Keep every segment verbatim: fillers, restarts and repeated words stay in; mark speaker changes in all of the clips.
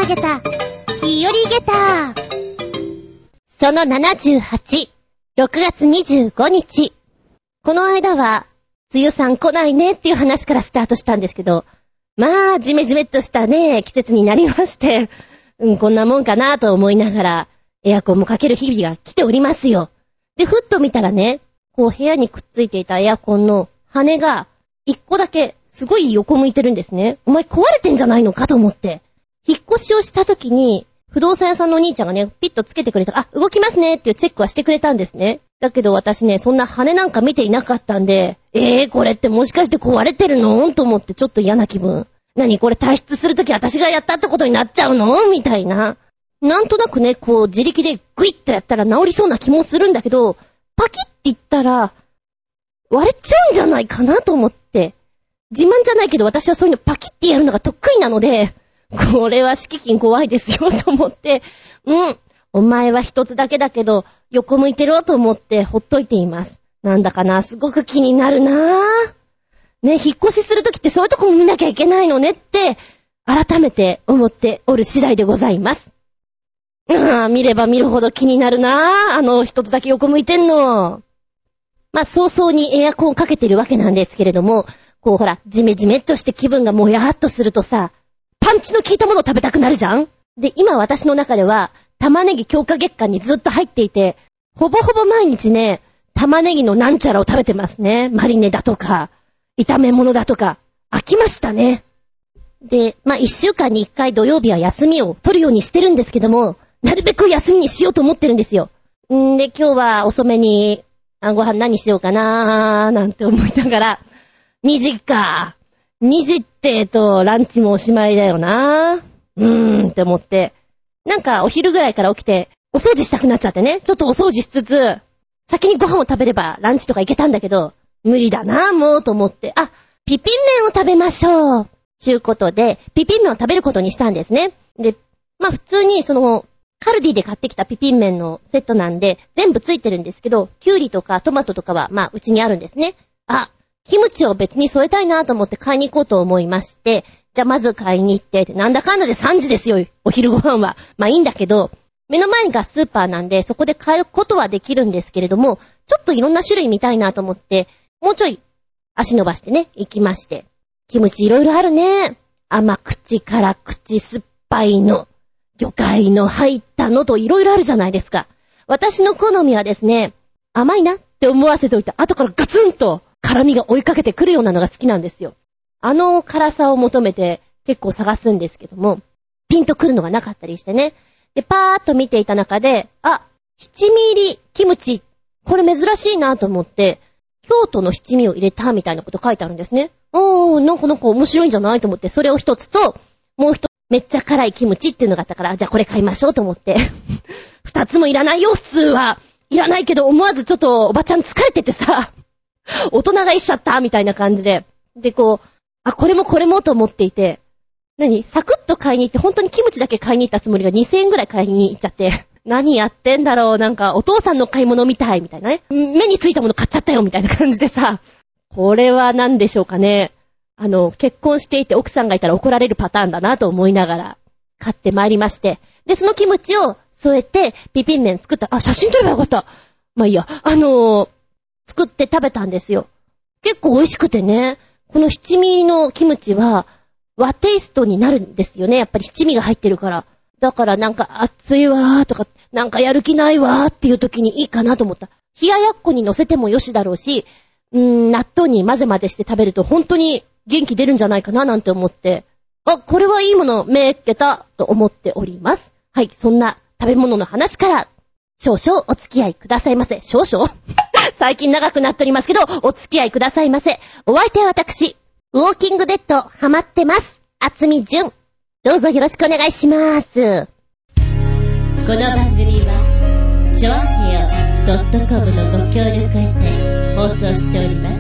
Speaker 1: げた、日和げた。そのななじゅうはち、ろくがつにじゅうごにち。この間は、梅雨さん来ないねっていう話からスタートしたんですけど、まあ、ジメジメっとしたね、季節になりまして、うん、こんなもんかなと思いながら、エアコンもかける日々が来ておりますよ。で、ふっと見たらね、こう部屋にくっついていたエアコンの羽が、一個だけ、すごい横向いてるんですね。お前壊れてんじゃないのかと思って。引っ越しをした時に、不動産屋さんのお兄ちゃんがね、ピッとつけてくれた。あ、動きますねっていうチェックはしてくれたんですね。だけど私ね、そんな羽なんか見ていなかったんで、えー、これってもしかして壊れてるのと思ってちょっと嫌な気分。何これ退出するとき私がやったってことになっちゃうのみたいな。なんとなくね、こう自力でグイッとやったら治りそうな気もするんだけど、パキッっていったら、割れちゃうんじゃないかなと思って。自慢じゃないけど私はそういうのパキッってやるのが得意なので、これは敷金怖いですよと思って、うん、お前は一つだけだけど横向いてろと思ってほっといています。なんだかな、すごく気になるなぁ。ね、引っ越しするときってそういうとこも見なきゃいけないのねって改めて思っておる次第でございます。うん、見れば見るほど気になるなぁ。あの一つだけ横向いてんの。まあ早々にエアコンをかけてるわけなんですけれども、こうほらジメジメっとして気分がもやっとするとさ、パンチの効いたものを食べたくなるじゃん。で、今私の中では玉ねぎ強化月間にずっと入っていて、ほぼほぼ毎日ね、玉ねぎのなんちゃらを食べてますね。マリネだとか炒め物だとか。飽きましたね。で、まあ一週間に一回土曜日は休みを取るようにしてるんですけども、なるべく休みにしようと思ってるんですよ。んで、今日は遅めにあご飯何しようかなーなんて思いながら、にじかにじってとランチもおしまいだよな。うーんって思って、なんかお昼ぐらいから起きてお掃除したくなっちゃってね、ちょっとお掃除しつつ先にご飯を食べればランチとか行けたんだけど、無理だなもうと思って、あ、ピピン麺を食べましょうちゅうことでピピン麺を食べることにしたんですね。で、まあ普通にそのカルディで買ってきたピピン麺のセットなんで全部ついてるんですけど、キュウリとかトマトとかはまあうちにあるんですね。あ、キムチを別に添えたいなと思って買いに行こうと思いまして、じゃあまず買いに行って、なんだかんだでさんじですよ、お昼ご飯は。まあいいんだけど、目の前がスーパーなんでそこで買うことはできるんですけれども、ちょっといろんな種類見たいなと思って、もうちょい足伸ばしてね、行きまして。キムチいろいろあるね。甘口、辛口、酸っぱいの、魚介の入ったのといろいろあるじゃないですか。私の好みはですね、甘いなって思わせておいて、後からガツンと辛みが追いかけてくるようなのが好きなんですよ。あの辛さを求めて結構探すんですけども、ピンとくるのがなかったりしてね。で、パーッと見ていた中で、あ、七味入りキムチ、これ珍しいなと思って、京都の七味を入れたみたいなこと書いてあるんですね。おー、なんかなんか面白いんじゃないと思って、それを一つと、もう一つ、めっちゃ辛いキムチっていうのがあったから、じゃあこれ買いましょうと思って。二つもいらないよ、普通は。いらないけど、思わずちょっとおばちゃん疲れててさ、大人がいしちゃったみたいな感じで。で、こう、あ、これもこれもと思っていて、何サクッと買いに行って、本当にキムチだけ買いに行ったつもりがにせんえんぐらい買いに行っちゃって、何やってんだろう、なんかお父さんの買い物みたいみたいなね。目についたもの買っちゃったよみたいな感じでさ、これは何でしょうかね。あの、結婚していて奥さんがいたら怒られるパターンだなと思いながら買ってまいりまして。で、そのキムチを添えてピピン麺作った。あ、写真撮ればよかった。まあいいや。あのー、作って食べたんですよ。結構美味しくてね。この七味のキムチは和テイストになるんですよね。やっぱり七味が入ってるから。だからなんか熱いわーとか、なんかやる気ないわーっていう時にいいかなと思った。冷ややっこに乗せてもよしだろうし、うーん、納豆に混ぜ混ぜして食べると本当に元気出るんじゃないかななんて思って、あ、これはいいものめっけたと思っております。はい、そんな食べ物の話から少々お付き合いくださいませ。少々最近長くなっておりますけど、お付き合いくださいませ。お相手は私、ウォーキングデッドハマってます。あつみじゅん。どうぞよろしくお願いします。この番組はチョアヘオ .com のご協力を得て放送しております。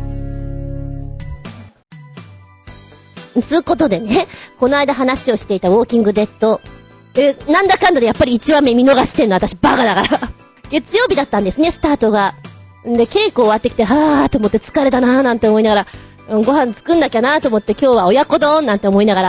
Speaker 1: つうことでね、この間話をしていたウォーキングデッド、え、なんだかんだでやっぱりいちわめ見逃してんの私バカだから月曜日だったんですね、スタートが。で、稽古終わってきて、はーと思って疲れたなーなんて思いながら、ご飯作んなきゃなーと思って今日は親子丼なんて思いながら、あ、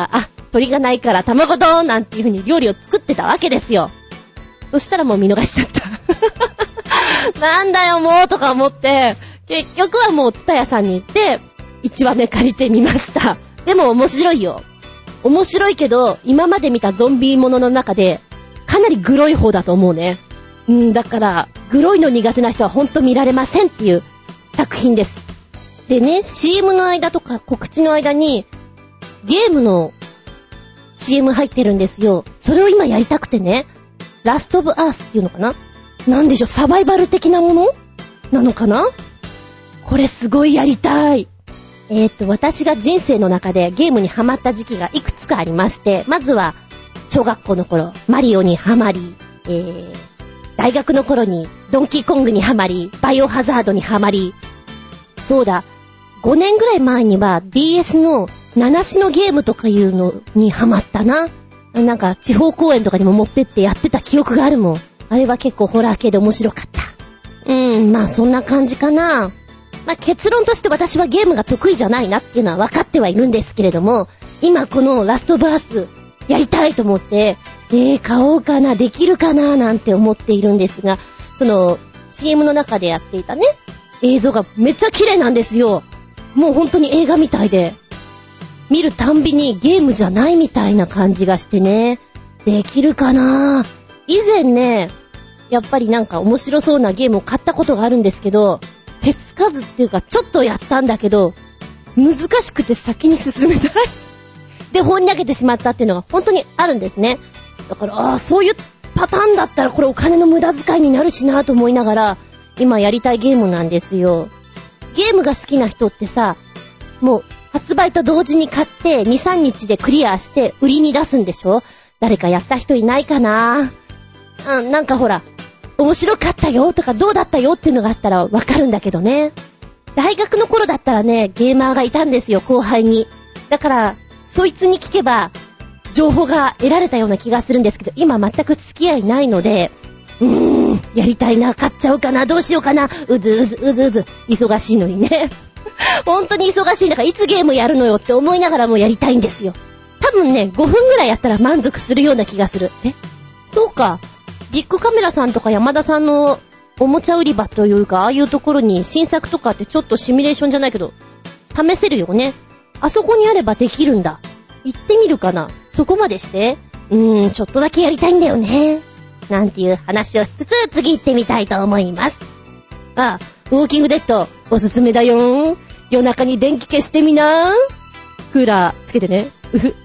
Speaker 1: 鳥がないから卵丼なんていう風に料理を作ってたわけですよ。そしたらもう見逃しちゃったなんだよもうとか思って、結局はもうツタヤさんに行っていちわめ借りてみました。でも面白いよ。面白いけど今まで見たゾンビものの中でかなりグロい方だと思うね。うん、だからグロいの苦手な人はほんと見られませんっていう作品です。でね、 シーエム の間とか告知の間にゲームの シーエム 入ってるんですよ。それを今やりたくてね、ラストオブアースっていうのかな、なんでしょう、サバイバル的なものなのかな。これすごいやりたい。えーっと私が人生の中でゲームにハマった時期がいくつかありまして、まずは小学校の頃マリオにハマり、えー、大学の頃にドンキーコングにハマり、バイオハザードにハマり、そうだごねんぐらい前には ディーエス の七種のゲームとかいうのにハマったな。なんか地方公演とかにも持ってってやってた記憶があるもん。あれは結構ホラー系で面白かった。うーん、まあそんな感じかな。まあ結論として私はゲームが得意じゃないなっていうのは分かってはいるんですけれども、今このラストバースやりたいと思って、えー、買おうかな、できるかななんて思っているんですが、その シーエム の中でやっていたね、映像がめっちゃ綺麗なんですよ。もう本当に映画みたいで、見るたんびにゲームじゃないみたいな感じがしてね、できるかな。以前ね、やっぱりなんか面白そうなゲームを買ったことがあるんですけど、手つかずっていうかちょっとやったんだけど難しくて先に進めないで放り投げてしまったっていうのが本当にあるんですね。だからああそういうパターンだったらこれお金の無駄遣いになるしなと思いながら今やりたいゲームなんですよ。ゲームが好きな人ってさ、もう発売と同時に買って にさんにちでクリアして売りに出すんでしょ。誰かやった人いないかな。うん、なんかほら面白かったよとかどうだったよっていうのがあったらわかるんだけどね。大学の頃だったらね、ゲーマーがいたんですよ、後輩に。だからそいつに聞けば情報が得られたような気がするんですけど、今全く付き合いないので、うーん、やりたいな、買っちゃうかな、どうしようかな、うずうずうずうず、忙しいのにね。本当に忙しいんだからいつゲームやるのよって思いながらもやりたいんですよ。多分ね、ごふんぐらいやったら満足するような気がする。え、そうか。ビッグカメラさんとか山田さんのおもちゃ売り場というか、ああいうところに新作とかってちょっとシミュレーションじゃないけど試せるよね。あそこにあればできるんだ。行ってみるかな。そこまでしてうーん、ちょっとだけやりたいんだよねなんていう話をしつつ次行ってみたいと思います。あ、ウォーキングデッドおすすめだよ。夜中に電気消してみな。クーラーつけてね。うふ。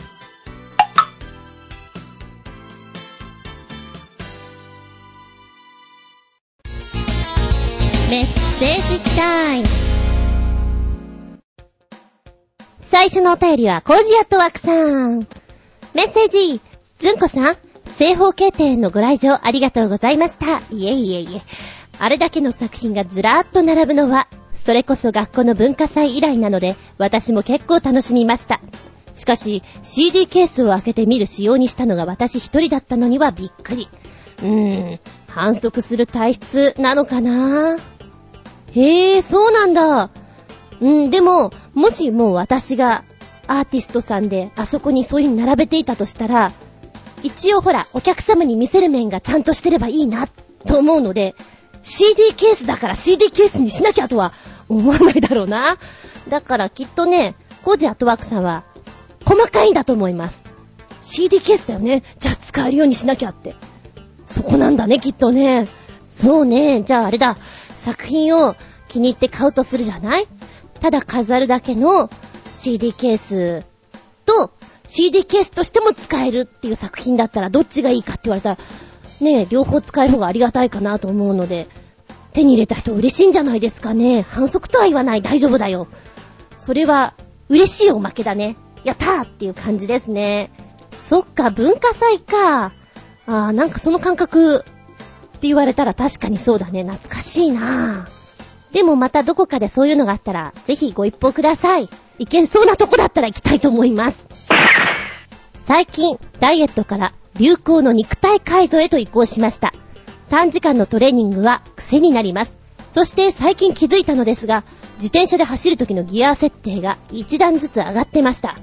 Speaker 1: メッセージタイム。最初のお便りはコージアットワークさん。メッセージ、ずんこさん、正方形展のご来場ありがとうございました。いえいえいえ、あれだけの作品がずらーっと並ぶのはそれこそ学校の文化祭以来なので私も結構楽しみました。しかし シーディー ケースを開けて見る仕様にしたのが私一人だったのにはびっくり。うーん、反則する体質なのかな。へえ、そうなんだ。うん、でももしもう私がアーティストさんであそこにそういう風に並べていたとしたら、一応ほらお客様に見せる面がちゃんとしてればいいなと思うので、 シーディー ケースだから シーディー ケースにしなきゃとは思わないだろうな。だからきっとね、コージアットワークさんは細かいんだと思います。 シーディー ケースだよね、じゃあ使えるようにしなきゃって、そこなんだねきっとね。そうね、じゃああれだ、作品を気に入って買うとするじゃない。ただ飾るだけの シーディー ケースと シーディー ケースとしても使えるっていう作品だったらどっちがいいかって言われたらね、両方使える方がありがたいかなと思うので、手に入れた人嬉しいんじゃないですかね。反則とは言わない、大丈夫だよ。それは嬉しいおまけだね。やったーっていう感じですね。そっか、文化祭か。あー、なんかその感覚って言われたら確かにそうだね。懐かしいな。でもまたどこかでそういうのがあったらぜひご一報ください。行けそうなとこだったら行きたいと思います。最近ダイエットから流行の肉体改造へと移行しました。短時間のトレーニングは癖になります。そして最近気づいたのですが、自転車で走る時のギア設定が一段ずつ上がってました。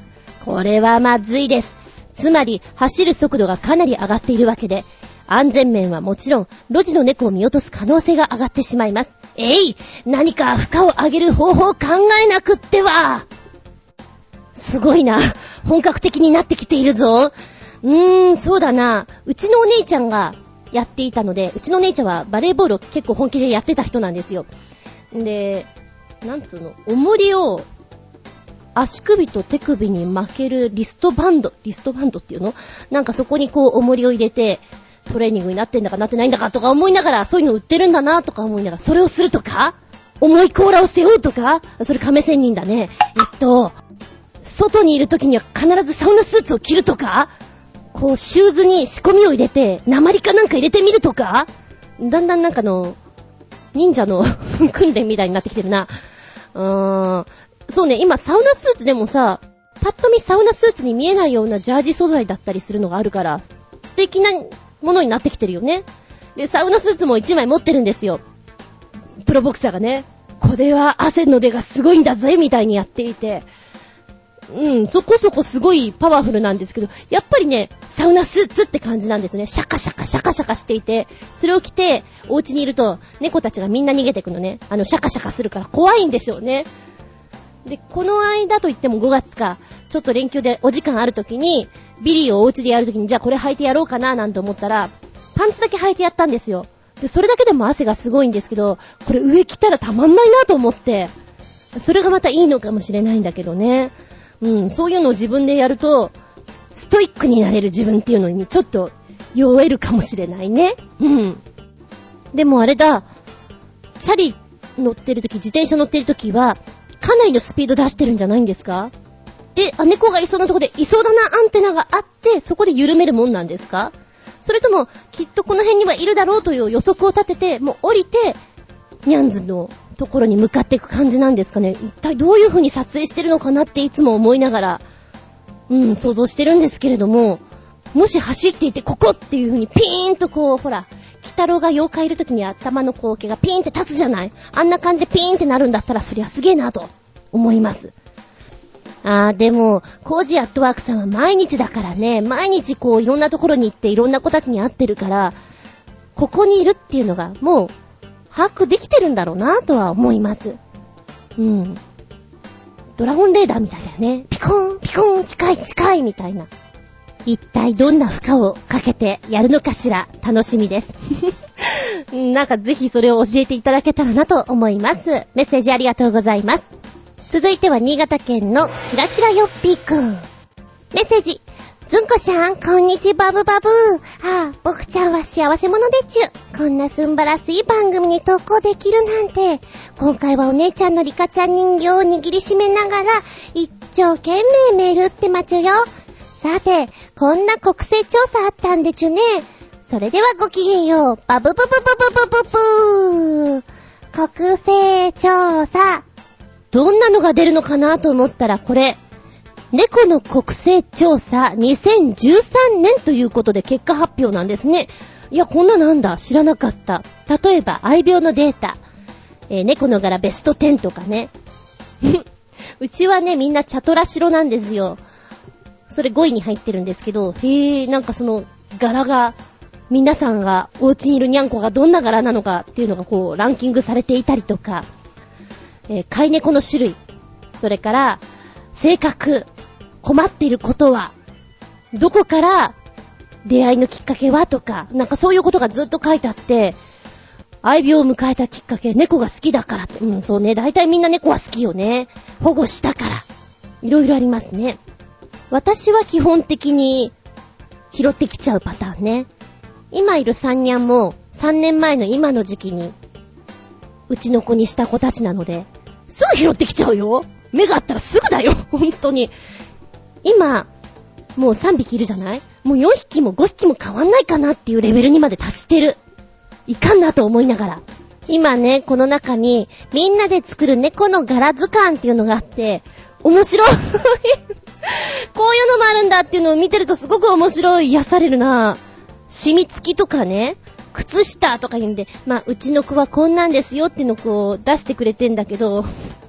Speaker 1: これはまずいです。つまり走る速度がかなり上がっているわけで、安全面はもちろん路地の猫を見落とす可能性が上がってしまいます。えい、何か負荷を上げる方法を考えなくっては。すごいな、本格的になってきているぞ。うーん、そうだな、うちのお姉ちゃんがやっていたので、うちのお姉ちゃんはバレーボールを結構本気でやってた人なんですよ。で、なんつうの、重りを足首と手首に巻けるリストバンド、リストバンドっていうの？なんかそこにこう重りを入れて、トレーニングになってんだかなってないんだかとか思いながら、そういうの売ってるんだなとか思いながら、それをするとか、重い甲羅を背負うとか、それ亀仙人だね。えっと、外にいる時には必ずサウナスーツを着るとか、こうシューズに仕込みを入れて、鉛かなんか入れてみるとか、だんだんなんかの、忍者の訓練みたいになってきてるな。うーん。そうね、今サウナスーツでもさ、パッと見サウナスーツに見えないようなジャージ素材だったりするのがあるから、素敵なものになってきてるよね。で、サウナスーツも一枚持ってるんですよ。プロボクサーがね、これは汗の出がすごいんだぜみたいにやっていて、うん、そこそこすごいパワフルなんですけど、やっぱりね、サウナスーツって感じなんですね。シャカシャカシャカシャカしていて、それを着てお家にいると猫たちがみんな逃げてくのね。あのシャカシャカするから怖いんでしょうね。で、この間といってもごがつか、ちょっと連休でお時間あるときに、ビリーをお家でやるときに、じゃあこれ履いてやろうかななんて思ったら、パンツだけ履いてやったんですよ。で、それだけでも汗がすごいんですけど、これ上着たらたまんないなと思って、それがまたいいのかもしれないんだけどね。うん、そういうのを自分でやると、ストイックになれる自分っていうのにちょっと酔えるかもしれないね。うん。でもあれだ、チャリ乗ってるとき、自転車乗ってるときは、かなりのスピード出してるんじゃないんですか？で、あ、猫がいそうなとこでいそうだなアンテナがあって、そこで緩めるもんなんですか？それとも、きっとこの辺にはいるだろうという予測を立てて、もう降りて、ニャンズのところに向かっていく感じなんですかね。一体どういう風に撮影してるのかなっていつも思いながら、うん、想像してるんですけれども、もし走っていてここっていう風にピーンとこう、ほら、鬼太郎が妖怪いるときに頭の後毛がピーンって立つじゃない？あんな感じでピーンってなるんだったらそりゃすげえなと思います。あーでもコージアットワークさんは毎日だからね、毎日こういろんなところに行っていろんな子たちに会ってるから、ここにいるっていうのがもう把握できてるんだろうなとは思います。うん。ドラゴンレーダーみたいだよね。ピコーンピコーン近い近いみたいな。一体どんな負荷をかけてやるのかしら、楽しみですなんかぜひそれを教えていただけたらなと思います。メッセージありがとうございます。続いては新潟県のキラキラヨッピーくん。メッセージ、ずんこしゃんこんにちバブバブ。ああ、僕ちゃんは幸せ者でちゅ。こんなすんばらしい番組に投稿できるなんて。今回はお姉ちゃんのリカちゃん人形を握りしめながら一生懸命メールってまちゅよ。さて、こんな国勢調査あったんでちゅね。それではごきげんよう。バブブブブブブブブー。国勢調査。どんなのが出るのかなと思ったらこれ。猫の国勢調査にせんじゅうさんねんということで結果発表なんですね。いや、こんななんだ。知らなかった。例えば、愛病のデータ。えー、猫の柄ベストじゅうとかね。うちはね、みんなチャトラ白なんですよ。それごいに入ってるんですけど、へー、なんかその柄が、皆さんがお家にいるニャンコがどんな柄なのかっていうのがこうランキングされていたりとか、えー、飼い猫の種類、それから性格、困っていることは、どこから出会いのきっかけはとか、なんかそういうことがずっと書いてあって、愛病を迎えたきっかけ、猫が好きだからって、うん、そうね、大体みんな猫は好きよね。保護したから、いろいろありますね。私は基本的に拾ってきちゃうパターンね。今いるサンニャンもさんねんまえの今の時期にうちの子にした子たちなので、すぐ拾ってきちゃうよ。目があったらすぐだよ、本当に。今もうさんびきいるじゃない？もうよんひきもごひきも変わんないかなっていうレベルにまで達してる。いかんなと思いながら、今ね、この中にみんなで作る猫の柄図鑑っていうのがあって、面白いこういうのもあるんだっていうのを見てるとすごく面白い。癒されるな。染み付きとかね、靴下とか言うんで、まあうちの子はこんなんですよっていうのをこう出してくれてんだけど、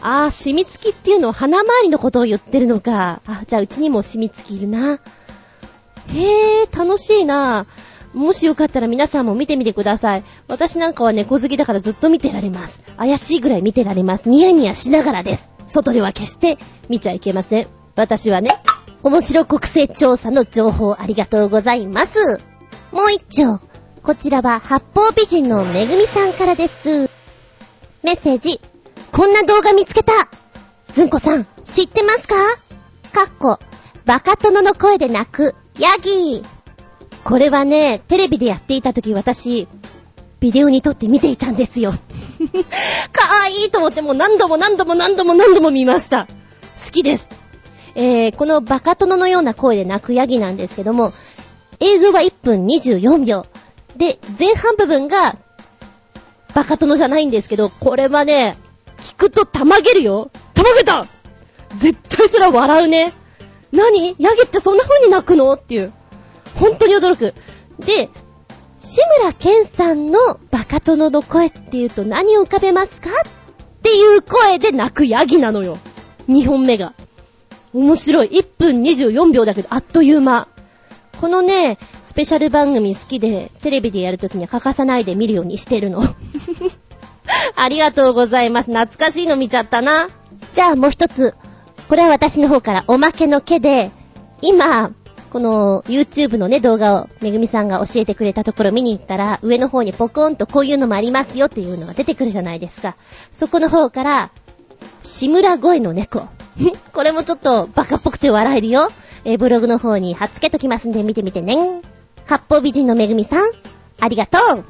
Speaker 1: あー、染み付きっていうのは鼻周りのことを言ってるのか。あ、じゃあうちにも染み付きいるな。へー、楽しいな。もしよかったら皆さんも見てみてください。私なんかは猫好きだからずっと見てられます。怪しいぐらい見てられます。ニヤニヤしながらです。外では決して見ちゃいけません。私はね、面白国勢調査の情報ありがとうございます。もう一丁。こちらは八方美人のめぐみさんからです。メッセージ。こんな動画見つけた。ずんこさん、知ってますか？かっこ、バカ殿の声で泣く、ヤギー。これはね、テレビでやっていた時私、ビデオに撮って見ていたんですよ。かわいいと思ってもう何度も何度も何度も何度も見ました。好きです。えー、このバカ殿のような声で泣くヤギなんですけども、映像はいっぷんにじゅうよんびょう。で、前半部分がバカ殿じゃないんですけど、これはね、聞くとたまげるよ。たまげた！絶対それは笑うね。何？ヤギってそんな風に泣くの？っていう。本当に驚く。で、志村けんさんのバカ殿の声っていうと何を浮かべますか？っていう声で泣くヤギなのよ。にほんめが。面白い。いっぷんにじゅうよんびょうだけどあっという間。このね、スペシャル番組好きで、テレビでやるときには欠かさないで見るようにしてるの。ありがとうございます。懐かしいの見ちゃったな。じゃあもう一つ。これは私の方からおまけの毛で、今、この YouTube のね動画をめぐみさんが教えてくれたところ見に行ったら、上の方にポコンとこういうのもありますよっていうのが出てくるじゃないですか。そこの方から、志村声の猫。これもちょっとバカっぽくて笑えるよ。えー、ブログの方に貼っつけときますんで見てみてね。八方美人のめぐみさん、ありがとう。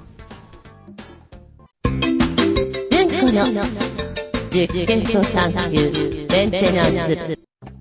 Speaker 1: ずんこの実験と探求メンテナンス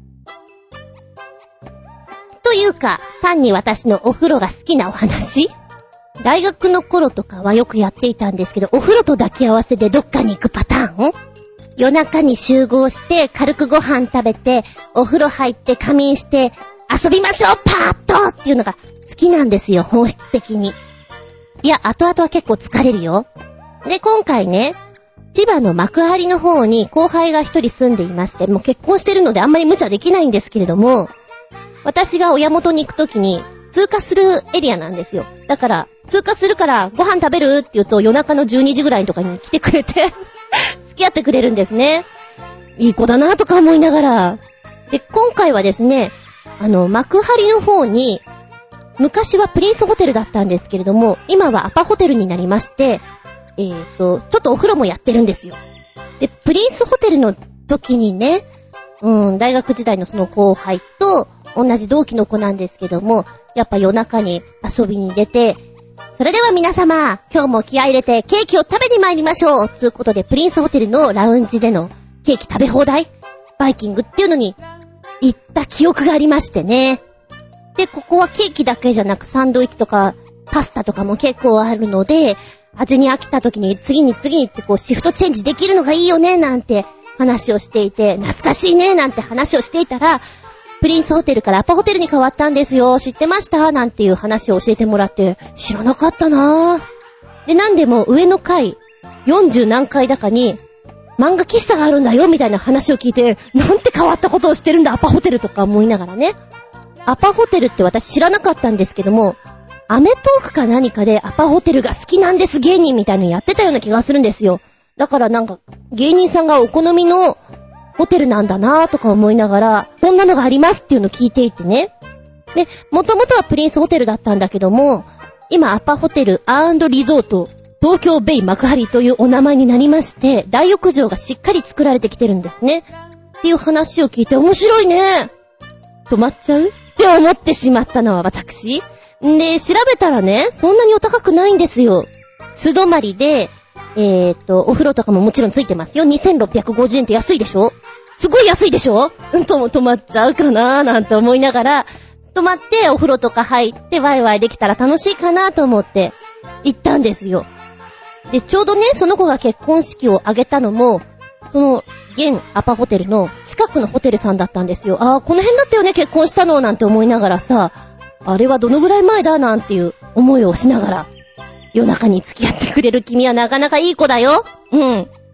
Speaker 1: というか、単に私のお風呂が好きなお話。大学の頃とかはよくやっていたんですけど、お風呂と抱き合わせでどっかに行くパターン？夜中に集合して軽くご飯食べてお風呂入って仮眠して遊びましょうパーッとっていうのが好きなんですよ、本質的に。いや、後々は結構疲れるよ。で、今回ね、千葉の幕張の方に後輩が一人住んでいまして、もう結婚してるのであんまり無茶できないんですけれども、私が親元に行くときに通過するエリアなんですよ。だから通過するからご飯食べるって言うと夜中のじゅうにじぐらいとかに来てくれて付き合ってくれるんですね。いい子だなとか思いながら。で、今回はですね、あの幕張の方に、昔はプリンスホテルだったんですけれども、今はアパホテルになりまして、えーとちょっとお風呂もやってるんですよ。で、プリンスホテルの時にね、うん、大学時代のその後輩と同じ同期の子なんですけども、やっぱ夜中に遊びに出て、それでは皆様、今日も気合い入れてケーキを食べに参りましょうつうことで、プリンスホテルのラウンジでのケーキ食べ放題バイキングっていうのに行った記憶がありましてね。で、ここはケーキだけじゃなくサンドイッチとかパスタとかも結構あるので、味に飽きた時に次に次にってこうシフトチェンジできるのがいいよねなんて話をしていて、懐かしいねなんて話をしていたら、プリンスホテルからアパホテルに変わったんですよ、知ってましたなんていう話を教えてもらって、知らなかったなぁ。で、なんでも上の階よんじゅう何階だかに漫画喫茶があるんだよみたいな話を聞いて、なんて変わったことをしてるんだアパホテルとか思いながらね。アパホテルって私知らなかったんですけども、アメトークか何かでアパホテルが好きなんです芸人みたいなのやってたような気がするんですよ。だからなんか芸人さんがお好みのホテルなんだなぁとか思いながら、こんなのがありますっていうのを聞いていてね。で、もともとはプリンスホテルだったんだけども、今アパホテル&リゾート東京ベイ幕張というお名前になりまして、大浴場がしっかり作られてきてるんですね。っていう話を聞いて面白いね。止まっちゃうって思ってしまったのは私。で、調べたらね、そんなにお高くないんですよ。素泊まりで、えーっと、お風呂とかももちろんついてますよ。にせんろっぴゃくごじゅうえんって安いでしょ？すごい安いでしょ？うんとも止まっちゃうかなーなんて思いながら、泊まってお風呂とか入ってワイワイできたら楽しいかなと思って行ったんですよ。で、ちょうどね、その子が結婚式を挙げたのも、その、現アパホテルの近くのホテルさんだったんですよ。ああ、この辺だったよね、結婚したのなんて思いながらさ、あれはどのぐらい前だなんていう思いをしながら、夜中に付き合ってくれる君はなかなかいい子だよ。うん。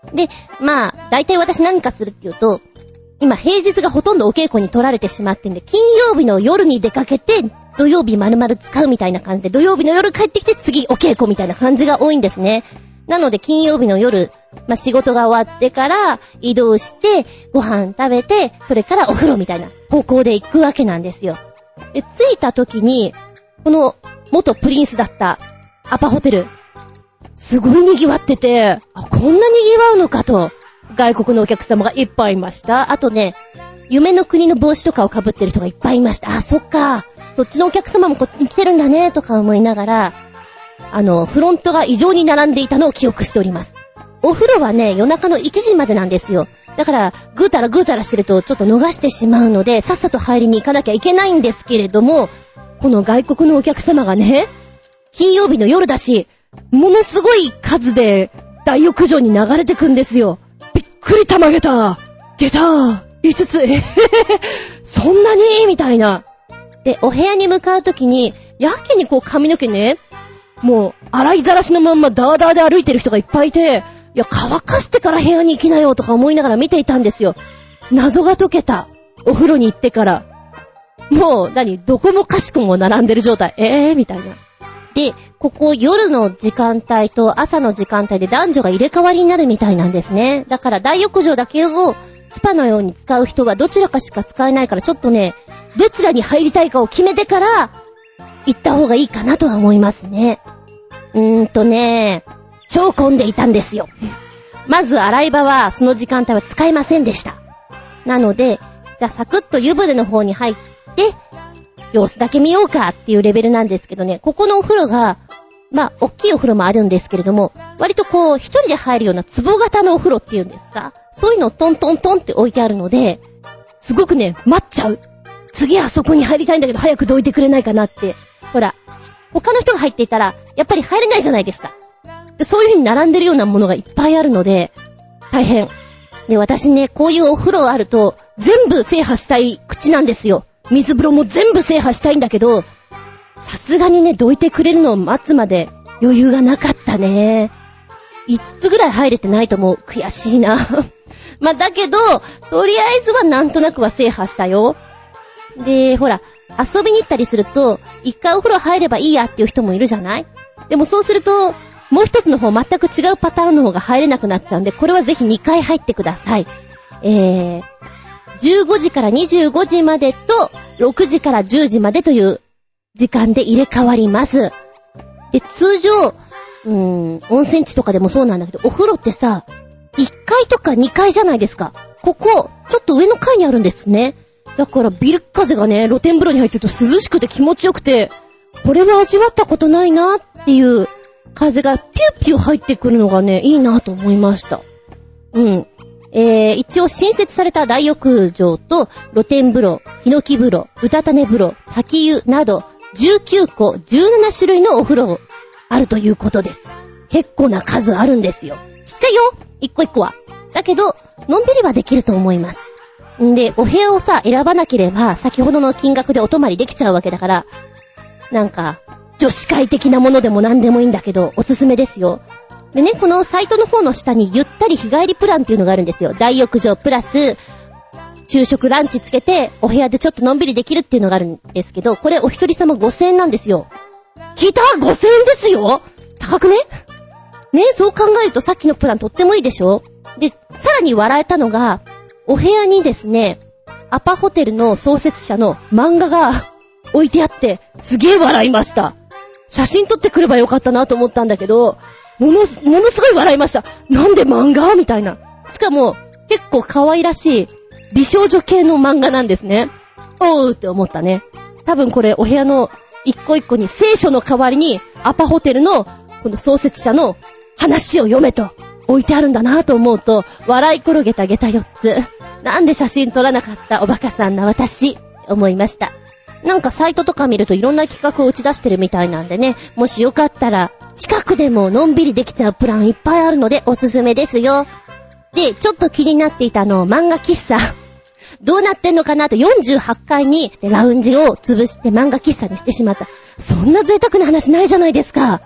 Speaker 1: で、まあ、大体私何かするっていうと、今平日がほとんどお稽古に取られてしまってんで、金曜日の夜に出かけて、土曜日丸々使うみたいな感じで、土曜日の夜帰ってきて次お稽古みたいな感じが多いんですね。なので金曜日の夜、まあ、仕事が終わってから移動して、ご飯食べて、それからお風呂みたいな方向で行くわけなんですよ。で、着いた時に、この元プリンスだったアパホテル、すごい賑わってて、あ、こんな賑わうのかと、外国のお客様がいっぱいいました。あとね、夢の国の帽子とかを被ってる人がいっぱいいました。あ、そっか。そっちのお客様もこっちに来てるんだね、とか思いながら、あの、フロントが異常に並んでいたのを記憶しております。お風呂はね、夜中のいちじまでなんですよ。だから、ぐーたらぐーたらしてるとちょっと逃してしまうので、さっさと入りに行かなきゃいけないんですけれども、この外国のお客様がね、金曜日の夜だし、ものすごい数で大浴場に流れてくんですよ。びっくりたまげた。下駄いつつ、えへへへ、そんなにみたいな。で、お部屋に向かうときに、やけにこう髪の毛ね、もう洗いざらしのまんまダーダーで歩いてる人がいっぱいいて、いや、乾かしてから部屋に行きなよとか思いながら見ていたんですよ。謎が解けた。お風呂に行ってから。もう、何、どこもかしこも並んでる状態。えーみたいな。で、ここ夜の時間帯と朝の時間帯で男女が入れ替わりになるみたいなんですね。だから大浴場だけをスパのように使う人はどちらかしか使えないから、ちょっとね、どちらに入りたいかを決めてから行った方がいいかなとは思いますね。うーんとね、超混んでいたんですよ。まず洗い場はその時間帯は使えませんでした。なので、じゃあサクッと湯船の方に入って様子だけ見ようかっていうレベルなんですけどね、ここのお風呂が、まあ、大きいお風呂もあるんですけれども、割とこう、一人で入るような壺型のお風呂っていうんですか、そういうのをトントントンって置いてあるので、すごくね、待っちゃう。次あそこに入りたいんだけど、早くどいてくれないかなって。ほら、他の人が入っていたら、やっぱり入れないじゃないですか。で、そういう風に並んでるようなものがいっぱいあるので、大変。で、私ね、こういうお風呂あると、全部制覇したい口なんですよ。水風呂も全部制覇したいんだけど、さすがにね、どいてくれるのを待つまで余裕がなかったね。いつつぐらい入れてないと思う。悔しいな。まあ、だけど、とりあえずはなんとなくは制覇したよ。で、ほら、遊びに行ったりすると、一回お風呂入ればいいやっていう人もいるじゃない？でもそうすると、もう一つの方全く違うパターンの方が入れなくなっちゃうんで、これはぜひにかい入ってください。えー、じゅうごじからにじゅうごじまでと、ろくじからじゅうじまでという時間で入れ替わります。で、通常、うーん、温泉地とかでもそうなんだけど、お風呂ってさ、いっかいとかにかいじゃないですか。ここ、ちょっと上の階にあるんですね。だからビル風がね、露天風呂に入ってると涼しくて気持ちよくて、これは味わったことないなっていう風がピューピュー入ってくるのがね、いいなと思いました。うん。えー、一応新設された大浴場と露天風呂、ヒノキ風呂、うたた寝風呂、滝湯などじゅうきゅうこ、じゅうななしゅるいのお風呂あるということです。結構な数あるんですよ。ちっちゃいよ、一個一個は。だけど、のんびりはできると思います。んで、お部屋をさ、選ばなければ、先ほどの金額でお泊まりできちゃうわけだから、なんか、女子会的なものでも何でもいいんだけど、おすすめですよ。でね、このサイトの方の下にゆったり日帰りプランっていうのがあるんですよ。大浴場プラス、昼食ランチつけて、お部屋でちょっとのんびりできるっていうのがあるんですけど、これお一人様ごせんえんなんですよ。聞いた？ ごせんえんですよ？高くね？ね、そう考えるとさっきのプランとってもいいでしょ？で、さらに笑えたのが、お部屋にですね、アパホテルの創設者の漫画が置いてあって、すげえ笑いました。写真撮ってくればよかったなと思ったんだけど、もの、ものすごい笑いました。なんで漫画？みたいな。しかも、結構可愛らしい美少女系の漫画なんですね。おうって思ったね。多分これお部屋の一個一個に聖書の代わりにアパホテルのこの創設者の話を読めと置いてあるんだなと思うと、笑い転げた下駄よっつ。なんで写真撮らなかったおバカさんな私、思いました。なんかサイトとか見るといろんな企画を打ち出してるみたいなんでね、もしよかったら近くでものんびりできちゃうプランいっぱいあるのでおすすめですよ。で、ちょっと気になっていたあの漫画喫茶どうなってんのかなとよんじゅうはちかいにラウンジを潰して漫画喫茶にしてしまった。そんな贅沢な話ないじゃないですか。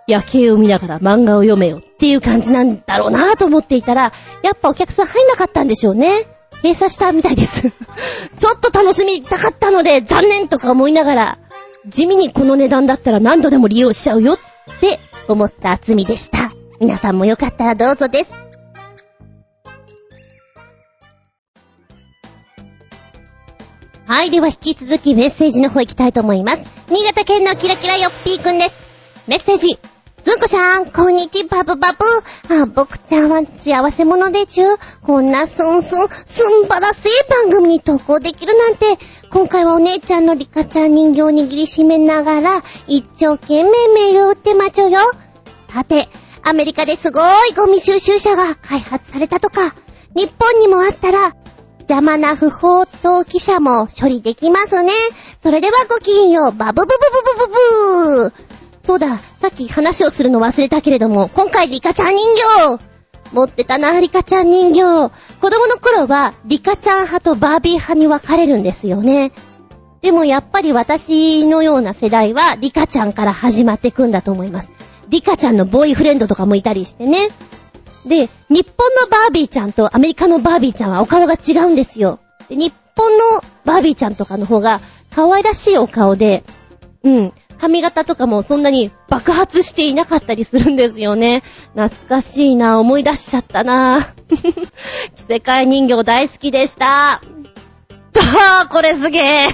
Speaker 1: 夜景を見ながら漫画を読めよっていう感じなんだろうなと思っていたら、やっぱお客さん入んなかったんでしょうね。閉鎖したみたいです。ちょっと楽しみたかったので残念とか思いながら、地味にこの値段だったら何度でも利用しちゃうよって思ったあつみでした。皆さんもよかったらどうぞです。はい、では引き続きメッセージの方行きたいと思います。新潟県のキラキラよっぴーくんです。メッセージ。ずんこしゃん、こんにちバブバブ。あ、僕ちゃんは幸せ者でちゅ。こんなスンスン、すんばらしい番組に投稿できるなんて。今回はお姉ちゃんのリカちゃん人形を握りしめながら、一生懸命メールを打ってまちょよ。さて、アメリカですごいゴミ収集車が開発されたとか、日本にもあったら、邪魔な不法投棄者も処理できますね。それではごきげんよう、バブブブブブブブブ。そうだ、さっき話をするの忘れたけれども、今回リカちゃん人形持ってたな、リカちゃん人形。子供の頃はリカちゃん派とバービー派に分かれるんですよね。でもやっぱり私のような世代はリカちゃんから始まっていくんだと思います。リカちゃんのボーイフレンドとかもいたりしてね。で、日本のバービーちゃんとアメリカのバービーちゃんはお顔が違うんですよ。で、日本のバービーちゃんとかの方が可愛らしいお顔で、うん、髪型とかもそんなに爆発していなかったりするんですよね。懐かしいな、思い出しちゃったな。着せ替え人形大好きでした。あー、これすげえ。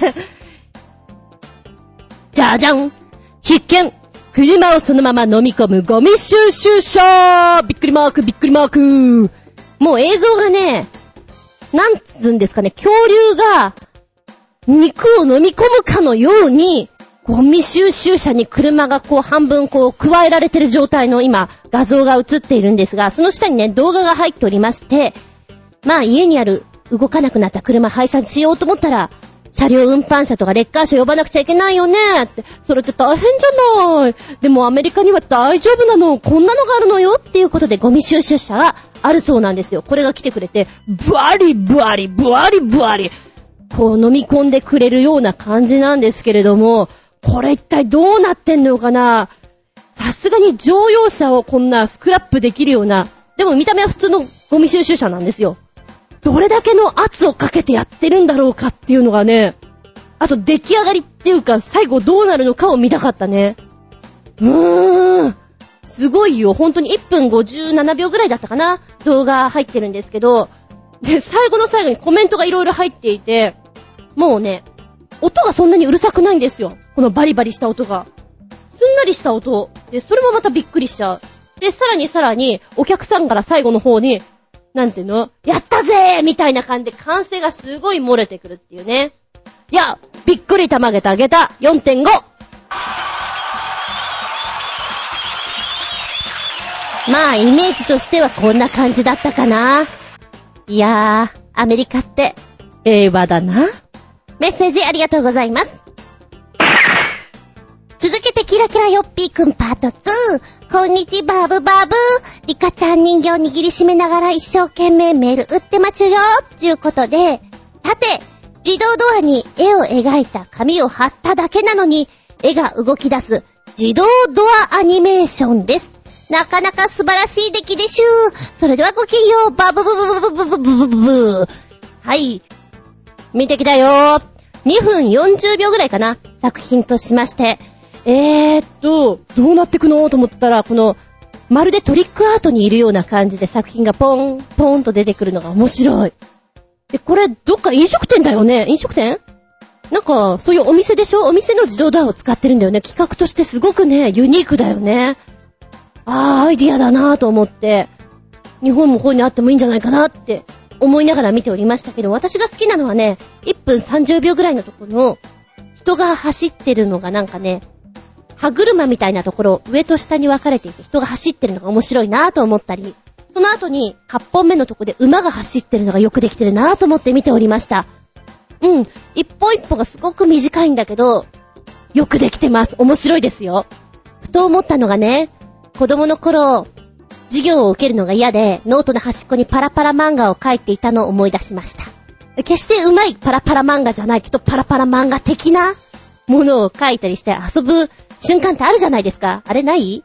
Speaker 1: じゃじゃん、必見。車をそのまま飲み込むゴミ収集車。びっくりマーク、びっくりマーク。もう映像がね、なんつうんですかね、恐竜が肉を飲み込むかのように、ゴミ収集車に車がこう半分こう加えられてる状態の今画像が映っているんですが、その下にね動画が入っておりまして、まあ家にある動かなくなった車廃車しようと思ったら、車両運搬車とかレッカー車呼ばなくちゃいけないよねって、それって大変じゃない。でもアメリカには大丈夫なの、こんなのがあるのよっていうことでゴミ収集車があるそうなんですよ。これが来てくれて、ブワリブワリブワリブワリこう飲み込んでくれるような感じなんですけれども、これ一体どうなってんのかな。さすがに乗用車をこんなスクラップできるような、でも見た目は普通のゴミ収集車なんですよ。どれだけの圧をかけてやってるんだろうかっていうのがね、あと出来上がりっていうか最後どうなるのかを見たかったね。うーん、すごいよ。本当にいっぷんごじゅうななびょうぐらいだったかな、動画入ってるんですけど、で最後の最後にコメントがいろいろ入っていて、もうね音がそんなにうるさくないんですよ。このバリバリした音が。すんなりした音。で、それもまたびっくりしちゃう。で、さらにさらに、お客さんから最後の方に、なんていうの？やったぜーみたいな感じで歓声がすごい漏れてくるっていうね。いや、びっくりたまげたあげた よんてんご。まあ、イメージとしてはこんな感じだったかな。いやー、アメリカって平和だな。メッセージありがとうございます。続けてキラキラヨッピーくんパートツー。こんにちバブバブ。リカちゃん人形握りしめながら一生懸命メール打ってまちゅよ。ということで、さて、自動ドアに絵を描いた紙を貼っただけなのに、絵が動き出す自動ドアアニメーションです。なかなか素晴らしい出来でしゅ。それではごきげんよう。バブブブブブブブブブブブ。はい。見てきたよ。にふんよんじゅうびょうぐらいかな。作品としまして。えーっと、どうなってくのと思ったら、この、まるでトリックアートにいるような感じで作品がポン、ポンと出てくるのが面白い。で、これ、どっか飲食店だよね。飲食店？なんか、そういうお店でしょ？お店の自動ドアを使ってるんだよね。企画としてすごくね、ユニークだよね。あー、アイディアだなぁと思って、日本もこういうのあってもいいんじゃないかなって思いながら見ておりましたけど、私が好きなのはね、いっぷんさんじゅうびょうぐらいのところの、人が走ってるのがなんかね、歯車みたいなところ、上と下に分かれていて人が走ってるのが面白いなぁと思ったり、その後にはっぽんめのとこで馬が走ってるのがよくできてるなぁと思って見ておりました。うん、一歩一歩がすごく短いんだけど、よくできてます。面白いですよ。ふと思ったのがね、子供の頃、授業を受けるのが嫌で、ノートの端っこにパラパラ漫画を書いていたのを思い出しました。決してうまいパラパラ漫画じゃないけど、パラパラ漫画的なものを書いたりして遊ぶ瞬間ってあるじゃないですか。あれない？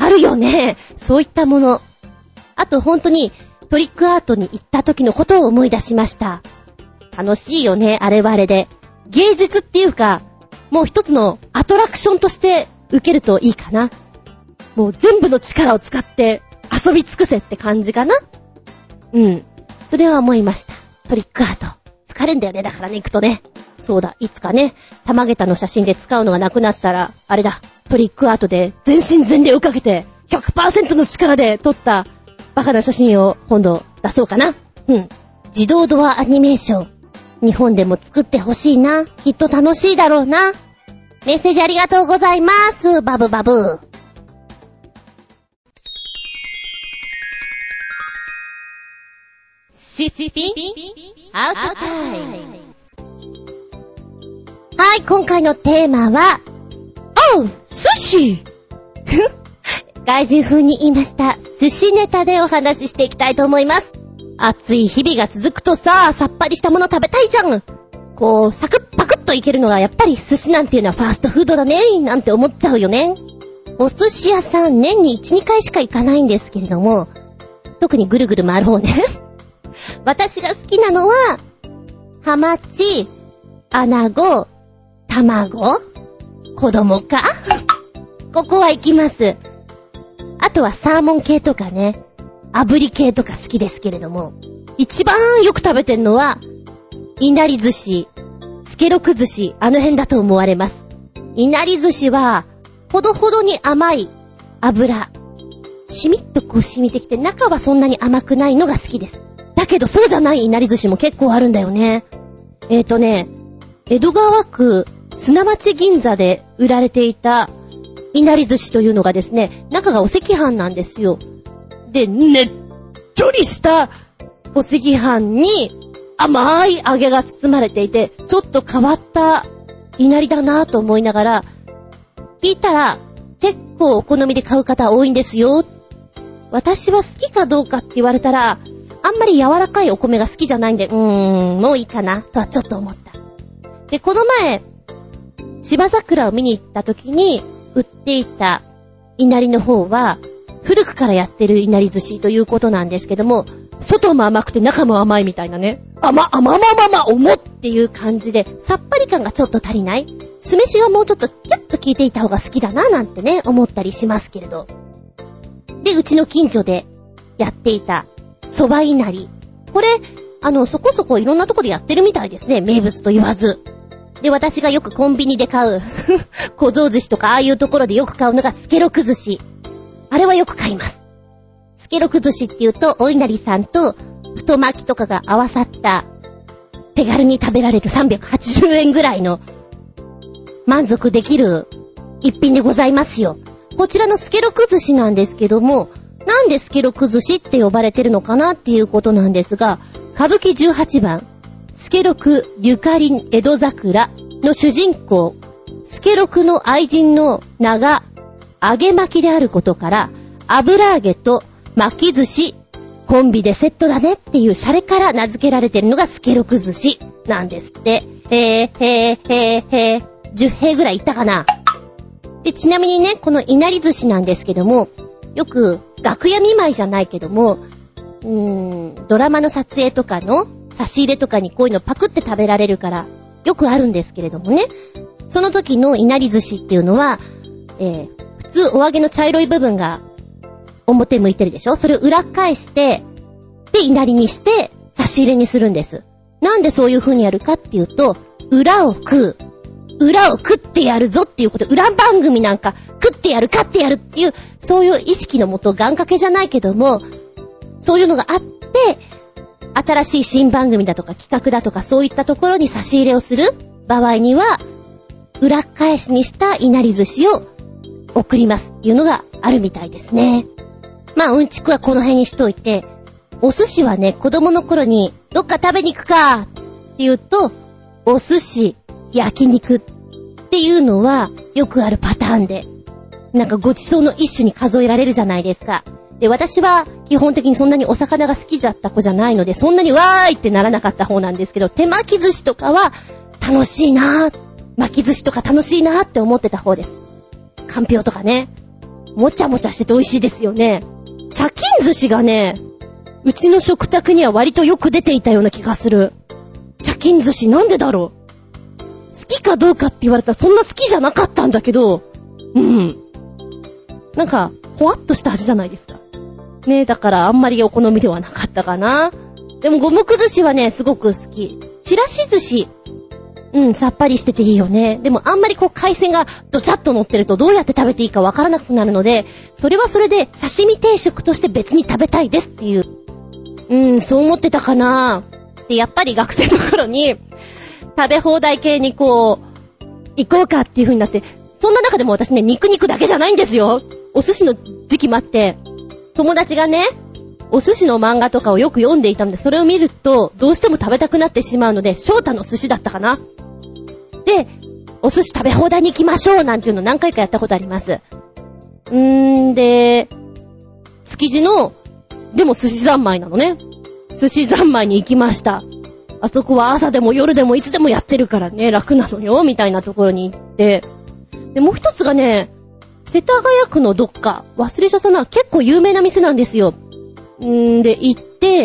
Speaker 1: あるよね。そういったもの。あと本当にトリックアートに行った時のことを思い出しました。楽しいよね、あれはあれで。芸術っていうか、もう一つのアトラクションとして受けるといいかな。もう全部の力を使って遊び尽くせって感じかな。うん。それは思いました。トリックアート。疲れんだよね、だからね、行くとね。そうだ、いつかね、玉下駄の写真で使うのがなくなったら、あれだ、トリックアートで全身全霊をかけて ひゃくパーセント の力で撮ったバカな写真を今度出そうかな。うん。自動ドアアニメーション。日本でも作ってほしいな。きっと楽しいだろうな。メッセージありがとうございます。バブバブ。シッピアウトタイム。はい、今回のテーマは、おう、寿司外人風に言いました。寿司ネタでお話ししていきたいと思います。暑い日々が続くとさ、さっぱりしたもの食べたいじゃん。こう、サクッパクッといけるのはやっぱり寿司なんていうのはファーストフードだね、なんて思っちゃうよね。お寿司屋さん年にいち、にかいしか行かないんですけれども、特にぐるぐる回る方ね。私が好きなのは、ハマチ、アナゴ、卵、子供かここは行きます。あとはサーモン系とかね、炙り系とか好きですけれども、一番よく食べてんのは、いなり寿司、つけろく寿司、あの辺だと思われます。いなり寿司は、ほどほどに甘い油、しみっとこう染みてきて、中はそんなに甘くないのが好きです。だけどそうじゃないいなり寿司も結構あるんだよね。えーとね、江戸川区砂町銀座で売られていたいなり寿司というのがですね、中がお赤飯なんですよ。で、ねっとりしたお赤飯に甘い揚げが包まれていて、ちょっと変わったいなりだなぁと思いながら、聞いたら結構お好みで買う方多いんですよ。私は好きかどうかって言われたら、あんまり柔らかいお米が好きじゃないんで、うーん、もういいかなとはちょっと思った。で、この前、芝桜を見に行った時に売っていたいなりの方は、古くからやってるいなり寿司ということなんですけども、外も甘くて中も甘いみたいなね。甘、甘ままま重っていう感じで、さっぱり感がちょっと足りない。酢飯がもうちょっとキュッと効いていた方が好きだななんてね、思ったりしますけれど。で、うちの近所でやっていた蕎麦いなり。これ、あの、そこそこいろんなとこでやってるみたいですね。名物と言わず。で、私がよくコンビニで買う、小僧寿司とかああいうところでよく買うのがスケロク寿司。あれはよく買います。スケロク寿司っていうと、お稲荷さんと太巻きとかが合わさった手軽に食べられるさんびゃくはちじゅうえんぐらいの満足できる一品でございますよ。こちらのスケロク寿司なんですけども、なんでスケロク寿司って呼ばれてるのかなっていうことなんですが、歌舞伎じゅうはちばんスケロクゆかり江戸桜の主人公スケロクの愛人の名が揚げ巻きであることから、油揚げと巻き寿司コンビでセットだねっていうシャレから名付けられてるのがスケロク寿司なんですって。へーへーへーへーじゅっへいぐらいいったかな。で、ちなみにね、このいなり寿司なんですけども、よく楽屋見舞いじゃないけども、うーん、ドラマの撮影とかの差し入れとかにこういうのパクって食べられるからよくあるんですけれどもね、その時のいなり寿司っていうのは、えー、普通お揚げの茶色い部分が表向いてるでしょ。それを裏返してでいなりにして差し入れにするんです。なんでそういう風にやるかっていうと、裏を食う裏を食ってやるぞっていうこと、裏番組なんか食ってやるかってやるっていう、そういう意識のもと、願掛けじゃないけども、そういうのがあって、新しい新番組だとか企画だとかそういったところに差し入れをする場合には、裏返しにしたいなり寿司を送りますっていうのがあるみたいですね。まあうんちくはこの辺にしといて、お寿司はね、子供の頃にどっか食べに行くかって言うと、お寿司、焼肉っていうのはよくあるパターンで、なんかごちそうの一種に数えられるじゃないですか。で、私は基本的にそんなにお魚が好きだった子じゃないので、そんなにわーいってならなかった方なんですけど、手巻き寿司とかは楽しいなー、巻き寿司とか楽しいなーって思ってた方です。かんぴょうとかね。 もちゃもちゃしてて美味しいですよね。茶金寿司がね、うちの食卓には割とよく出ていたような気がする。茶金寿司なんでだろう。好きかどうかって言われたらそんな好きじゃなかったんだけど、うん。なんか、ほわっとした味じゃないですか。ね、だからあんまりお好みではなかったかな。でも五目寿司はね、すごく好き。ちらし寿司。うん、さっぱりしてていいよね。でもあんまりこう海鮮がドチャッと乗ってるとどうやって食べていいかわからなくなるので、それはそれで刺身定食として別に食べたいですっていう。うん、そう思ってたかな。で、やっぱり学生の頃に食べ放題系にこう、行こうかっていう風になって、そんな中でも私ね、肉肉だけじゃないんですよ。お寿司の時期もあって、友達がね、お寿司の漫画とかをよく読んでいたので、それを見るとどうしても食べたくなってしまうので、翔太の寿司だったかな。で、お寿司食べ放題に行きましょうなんていうの何回かやったことあります。うーんで、築地の、でも寿司三昧なのね。寿司三昧に行きました。あそこは朝でも夜でもいつでもやってるからね、楽なのよ、みたいなところに行って。で、もう一つがね、世田谷区のどっか、忘れちゃったな、結構有名な店なんですよ。んで、行って、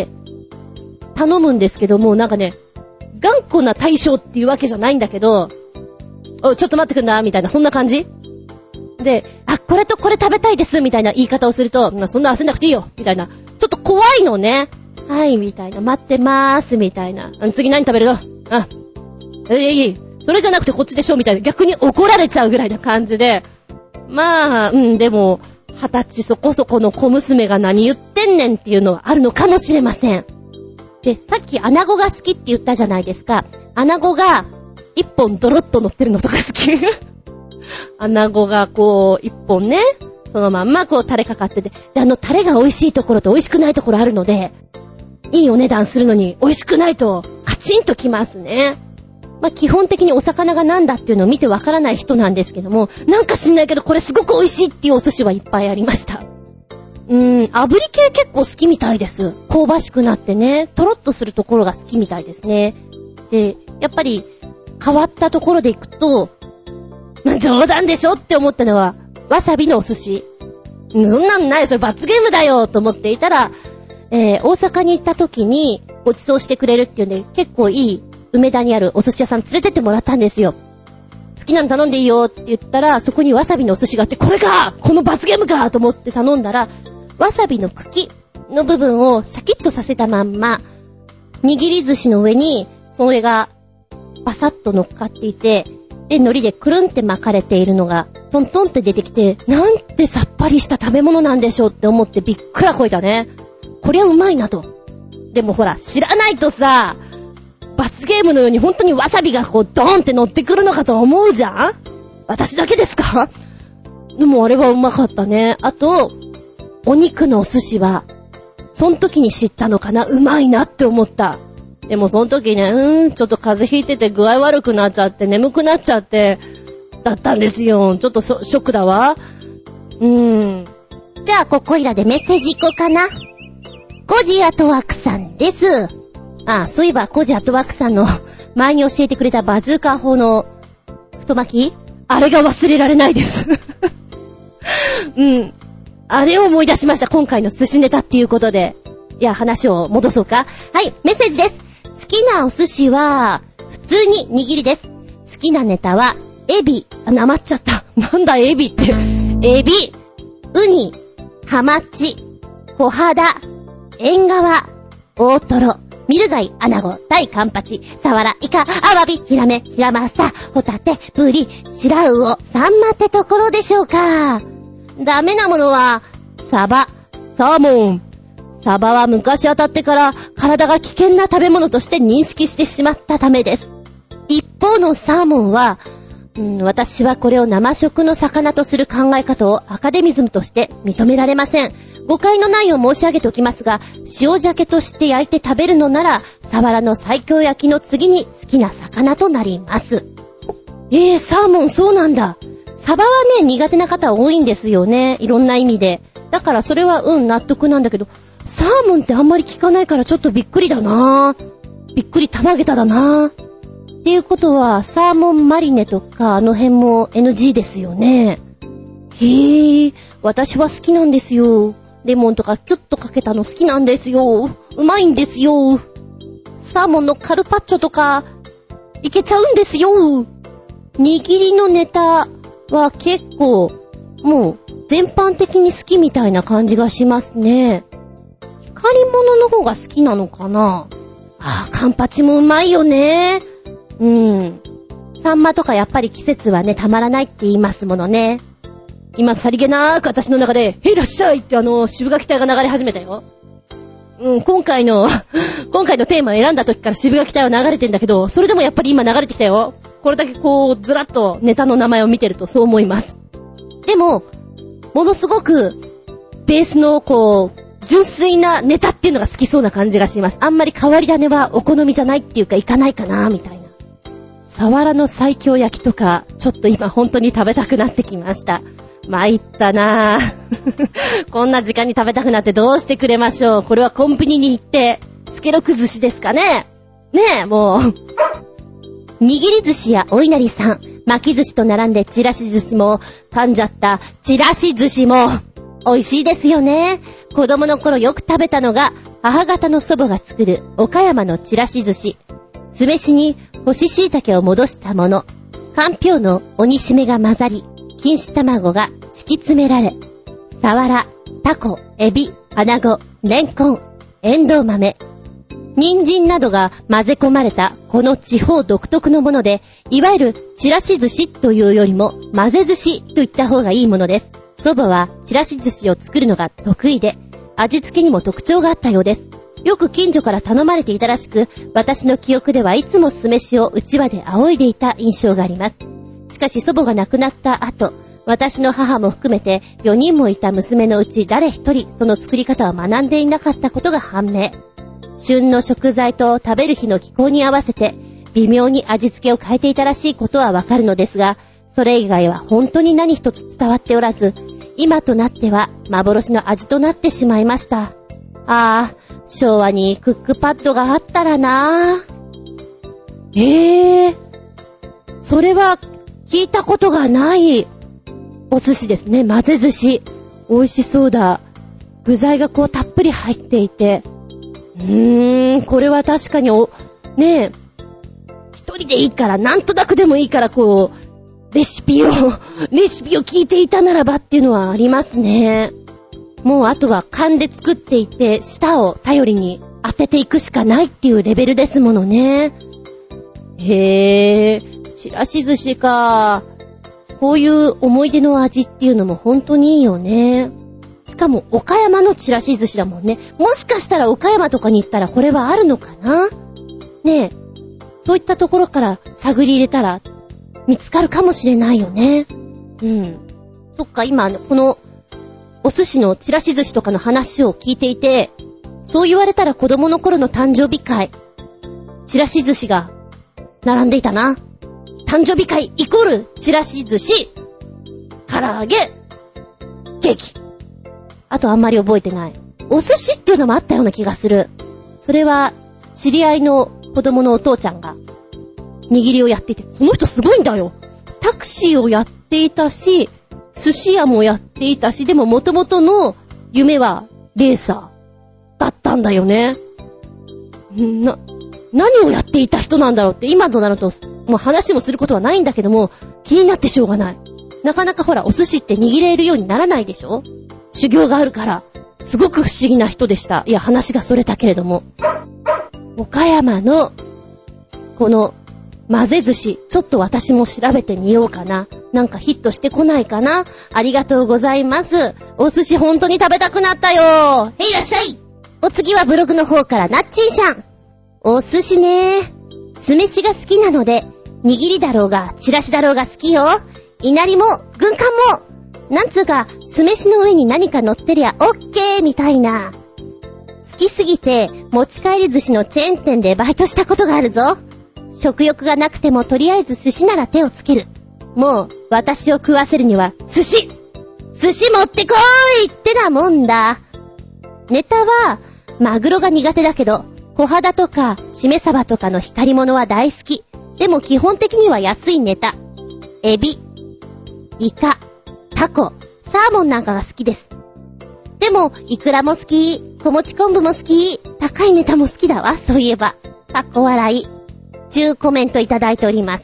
Speaker 1: 頼むんですけども、なんかね、頑固な対象っていうわけじゃないんだけど、お、ちょっと待ってくんな、みたいな、そんな感じで、あ、これとこれ食べたいです、みたいな言い方をすると、そんな焦んなくていいよ、みたいな。ちょっと怖いのね。はい、みたいな。待ってまーす、みたいな。次何食べるの？あ、えいい。それじゃなくてこっちでしょ、みたいな。逆に怒られちゃうぐらいな感じで。まあ、うん、でも、二十歳そこそこの小娘が何言ってんねんっていうのはあるのかもしれません。で、さっきアナゴが好きって言ったじゃないですか。アナゴが一本ドロッと乗ってるのとか好き。アナゴがこう、一本ね、そのまんまこうタレかかってて、で、あのタレが美味しいところと美味しくないところあるので、いいお値段するのに美味しくないとカチンときますね。まあ、基本的にお魚がなんだっていうのを見てわからない人なんですけども、なんか知んないけどこれすごく美味しいっていうお寿司はいっぱいありました。うーん、炙り系結構好きみたいです。香ばしくなってね、トロッとするところが好きみたいですね。で、やっぱり変わったところで行くと、まあ、冗談でしょって思ったのはわさびのお寿司。そんなんない、それ罰ゲームだよと思っていたら、えー、大阪に行った時にご馳走してくれるっていうんで、結構いい梅田にあるお寿司屋さん連れてってもらったんですよ。好きなの頼んでいいよって言ったら、そこにわさびのお寿司があって、これかこの罰ゲームかと思って頼んだら、わさびの茎の部分をシャキッとさせたまんま、握り寿司の上にそれがバサッと乗っかっていて、で、海苔でくるんって巻かれているのがトントンって出てきて、なんてさっぱりした食べ物なんでしょうって思ってびっくらこいたね。こりゃうまいなと。でもほら、知らないとさ、罰ゲームのように本当にわさびがこうドーンって乗ってくるのかと思うじゃん？私だけですか？でもあれはうまかったね。あと、お肉のお寿司は、その時に知ったのかな、うまいなって思った。でもその時ね、うーん、ちょっと風邪ひいてて具合悪くなっちゃって、眠くなっちゃって、だったんですよ。ちょっとショックだわ。うーん。じゃあ、ここいらでメッセージいこうかな。コジアトワークさんです。ああ、そういえばコジアトワークさんの前に教えてくれたバズーカー砲の太巻き、あれが忘れられないです。うん。あれを思い出しました。今回の寿司ネタっていうことで。いや、話を戻そうか。はい、メッセージです。好きなお寿司は、普通に握りです。好きなネタは、エビ。あ、なまっちゃった。なんだエビって。エビ、ウニ、ハマチ、小肌、エンガワ、大トロ、ミルガイ、アナゴ、タイ、カンパチ、サワラ、イカ、アワビ、ヒラメ、ヒラマサ、ホタテ、ブリ、シラウオ、サンマってところでしょうか。ダメなものは、サバ、サーモン。サバは昔当たってから体が危険な食べ物として認識してしまったためです。一方のサーモンは、うん、私はこれを生食の魚とする考え方をアカデミズムとして認められません。誤解のないよう申し上げておきますが、塩鮭として焼いて食べるのなら、サワラの西京焼きの次に好きな魚となります。えー、サーモンそうなんだ。サバはね、苦手な方多いんですよね。いろんな意味で。だからそれはうん納得なんだけど、サーモンってあんまり聞かないからちょっとびっくりだな。びっくりたまげただな。っていうことはサーモンマリネとかあの辺も エヌジー ですよね。 へえ、私は好きなんですよ。レモンとかキュッとかけたの好きなんですよ。うまいんですよ。サーモンのカルパッチョとかいけちゃうんですよ。握りのネタは結構もう全般的に好きみたいな感じがしますね。光り物の方が好きなのかな。あー、カンパチもうまいよね。うん。サンマとかやっぱり季節はねたまらないって言いますものね。今さりげなーく私の中でへいらっしゃいってあの渋垣隊が流れ始めたよ。うん、今回の今回のテーマを選んだ時から渋垣隊は流れてんだけど、それでもやっぱり今流れてきたよ。これだけこうずらっとネタの名前を見てるとそう思います。でもものすごくベースのこう純粋なネタっていうのが好きそうな感じがします。あんまり変わり種はお好みじゃないっていうかいかないかなみたいな。サワラの西京焼きとかちょっと今本当に食べたくなってきました。参ったなぁこんな時間に食べたくなってどうしてくれましょう。これはコンビニに行ってスケロク寿司ですかね。ねえ、もう握り寿司やお稲荷さん、巻き寿司と並んでちらし寿司も噛んじゃったちらし寿司も美味しいですよね。子供の頃よく食べたのが母方の祖母が作る岡山のちらし寿司。酢飯に干し椎茸を戻したもの、かんぴょうの鬼しめが混ざり、錦糸卵が敷き詰められ、サワラ、タコ、エビ、アナゴ、レンコン、エンドウ豆、人参などが混ぜ込まれたこの地方独特のもので、いわゆるちらし寿司というよりも混ぜ寿司と言った方がいいものです。祖母はちらし寿司を作るのが得意で、味付けにも特徴があったようです。よく近所から頼まれていたらしく、私の記憶ではいつも酢飯をうちわで仰いでいた印象があります。しかし祖母が亡くなった後、私の母も含めてよにんもいた娘のうち誰一人その作り方を学んでいなかったことが判明。旬の食材と食べる日の気候に合わせて微妙に味付けを変えていたらしいことはわかるのですが、それ以外は本当に何一つ伝わっておらず、今となっては幻の味となってしまいました。ああ、昭和にクックパッドがあったらなぁ。えー、それは聞いたことがないお寿司ですね。混ぜ寿司。美味しそうだ。具材がこうたっぷり入っていて。うーん、これは確かにお、ねえ、一人でいいから、なんとなくでもいいからこう、レシピを、レシピを聞いていたならばっていうのはありますね。もうあとは勘で作っていって、舌を頼りに当てていくしかないっていうレベルですものね。へー、ちらし寿司か。こういう思い出の味っていうのも本当にいいよね。しかも岡山のちらし寿司だもんね。もしかしたら岡山とかに行ったらこれはあるのかな。ねえ、そういったところから探り入れたら見つかるかもしれないよね。うん。そっか、今このお寿司のちらし寿司とかの話を聞いていて、そう言われたら子供の頃の誕生日会、ちらし寿司が並んでいたな。誕生日会イコールちらし寿司、唐揚げ、ケーキ。あとあんまり覚えてない。お寿司っていうのもあったような気がする。それは知り合いの子供のお父ちゃんが握りをやっていて、その人すごいんだよ。タクシーをやっていたし、寿司屋もやっていたし、でも元々の夢はレーサーだったんだよね。な、何をやっていた人なんだろうって今となるともう話もすることはないんだけども、気になってしょうがない。なかなかほらお寿司って握れるようにならないでしょ。修行があるから。すごく不思議な人でした。いや、話がそれたけれども、岡山のこの混ぜ寿司、ちょっと私も調べてみようかな。なんかヒットしてこないかな。ありがとうございます。お寿司本当に食べたくなったよ。へいらっしゃい。お次はブログの方からなっちんさん。お寿司ね、酢飯が好きなので握りだろうがちらしだろうが好きよ。稲荷も軍艦も、なんつうか酢飯の上に何か乗ってりゃオッケーみたいな。好きすぎて持ち帰り寿司のチェーン店でバイトしたことがあるぞ。食欲がなくてもとりあえず寿司なら手をつける。もう私を食わせるには寿司寿司持ってこーいってなもんだ。ネタはマグロが苦手だけど、小肌とかしめ鯖とかの光り物は大好き。でも基本的には安いネタ。エビ、イカ、タコ、 サーモンなんかが好きです。でも、イクラも好き、小餅昆布も好き、高いネタも好きだわ、そういえば。かっこ笑い。じゅうコメントいただいております。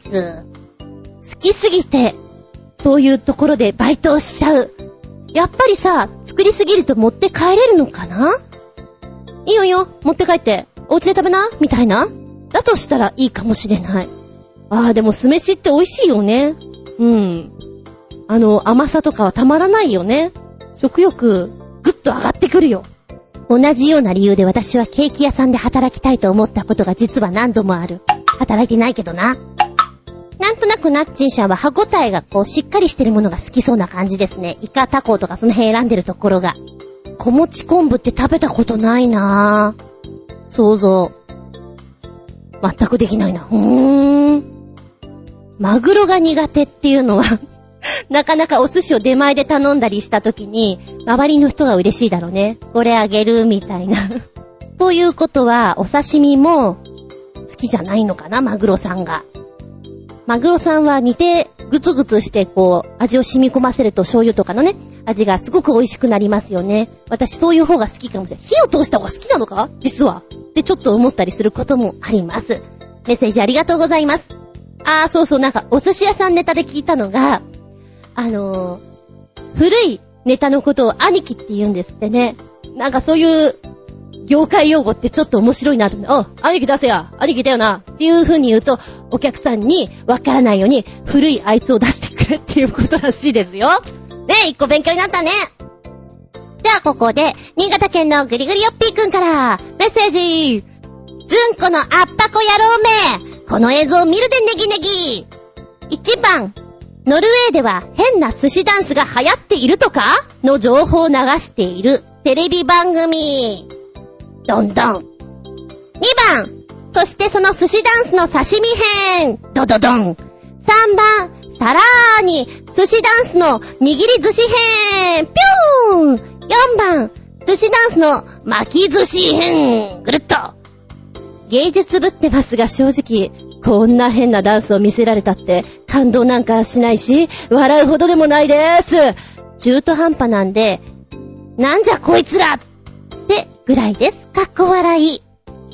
Speaker 1: 好きすぎて、そういうところでバイトをしちゃう。やっぱりさ、作りすぎると持って帰れるのかな？いいよいいよ、持って帰って、お家で食べなみたいな？だとしたらいいかもしれない。あー、でも酢飯って美味しいよね。うん。あの、甘さとかはたまらないよね。食欲、ぐっと上がってくるよ。同じような理由で私はケーキ屋さんで働きたいと思ったことが実は何度もある。働いてないけどな。なんとなくナッチンシャンは歯ごたえがこうしっかりしてるものが好きそうな感じですね。イカ、タコとかその辺選んでるところが。小餅昆布って食べたことないなぁ。想像。全くできないな。うーん。マグロが苦手っていうのはなかなかお寿司を出前で頼んだりした時に周りの人が嬉しいだろうね。これあげるみたいなということはお刺身も好きじゃないのかな、マグロさんが。マグロさんは煮てグツグツしてこう味を染み込ませると醤油とかのね味がすごく美味しくなりますよね。私そういう方が好きかもしれない。火を通した方が好きなのか実はでちょっと思ったりすることもあります。メッセージありがとうございます。あーそうそう、なんかお寿司屋さんネタで聞いたのがあのー、古いネタのことを兄貴って言うんですってね。なんかそういう業界用語ってちょっと面白いなと思って、あ、兄貴出せや、兄貴だよなっていう風に言うとお客さんにわからないように古いあいつを出してくれっていうことらしいですよ。ねえ、一個勉強になったね。じゃあここで新潟県のグリグリヨッピーくんからメッセージ。ずんこのあっぱこ野郎め、この映像を見るでネギネギ。いちばん、ノルウェーでは変な寿司ダンスが流行っているとかの情報を流しているテレビ番組。どんどん。にばん、そしてその寿司ダンスの刺身編。ドドドン。さんばん、さらーに寿司ダンスの握り寿司編。ピューン。よんばん、寿司ダンスの巻き寿司編。ぐるっと。芸術ぶってますが正直こんな変なダンスを見せられたって感動なんかしないし笑うほどでもないです。中途半端なんでなんじゃこいつらってぐらいです。かっこ笑い。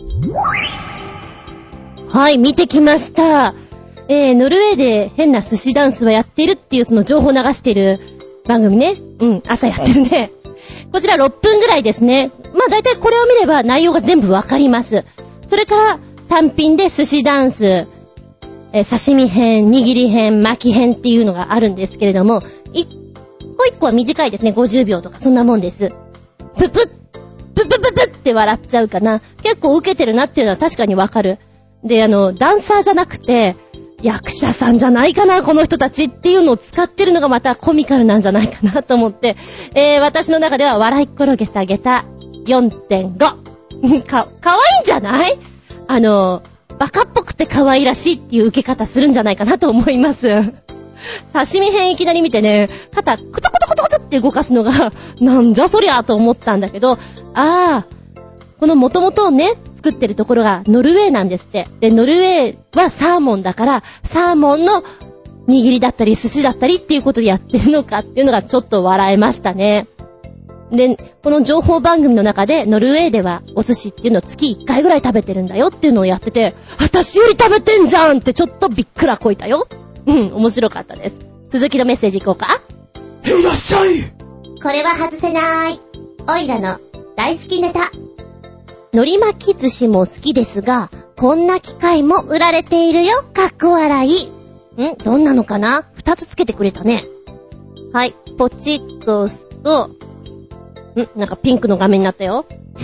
Speaker 1: はい、見てきました。えー、ノルウェーで変な寿司ダンスはやってるっていうその情報を流してる番組ね。うん、朝やってるね。こちらろっぷんぐらいですね。まあだいたいこれを見れば内容が全部わかります。それから単品で寿司ダンス、えー、刺身編、握り編、巻き編っていうのがあるんですけれども、一個一個は短いですね。ごじゅうびょうとかそんなもんです。ププッププププって笑っちゃうかな。結構受けてるなっていうのは確かにわかる。で、あのダンサーじゃなくて役者さんじゃないかなこの人たちっていうのを使ってるのがまたコミカルなんじゃないかなと思って、えー、私の中では笑い転げた下駄 よんてんご か、かわいいんじゃない？あの、バカっぽくて可愛らしいっていう受け方するんじゃないかなと思います。刺身編いきなり見てね、肩クトクトクトクトって動かすのがなんじゃそりゃと思ったんだけど、あー、この元々ね、作ってるところがノルウェーなんですって。で、ノルウェーはサーモンだから、サーモンの握りだったり寿司だったりっていうことでやってるのかっていうのがちょっと笑えましたね。で、この情報番組の中でノルウェーではお寿司っていうのを月いっかいぐらい食べてるんだよっていうのをやってて、私より食べてんじゃんってちょっとびっくらこいたよ。うん、面白かったです。続きのメッセージいこうか。
Speaker 2: いらっしゃい。
Speaker 1: これは外せない。オイラの大好きネタ。海苔巻き寿司も好きですが、こんな機械も売られているよ。かっこ笑い。ん？どんなのかな？二つつけてくれたね。はい、ポチッと押すと、ん？なんかピンクの画面になったよ。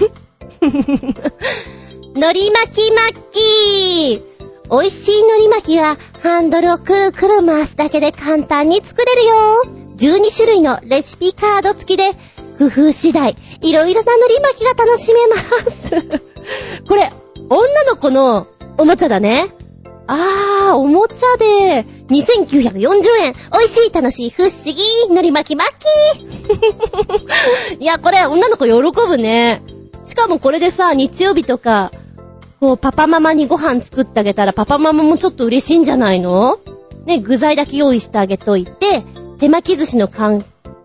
Speaker 1: 海苔巻き巻き。美味しい海苔巻きはハンドルをくるくる回すだけで簡単に作れるよ。じゅうにしゅるいのレシピカード付きで工夫次第いろいろな海苔巻きが楽しめます。これ女の子のおもちゃだね。あー、おもちゃでにせんきゅうひゃくよんじゅうえん。美味しい楽しい不思議海苔巻き巻き。いや、これ女の子喜ぶね。しかもこれでさ、日曜日とかこうパパママにご飯作ってあげたらパパママもちょっと嬉しいんじゃないのね。具材だけ用意してあげといて、手巻き寿司の感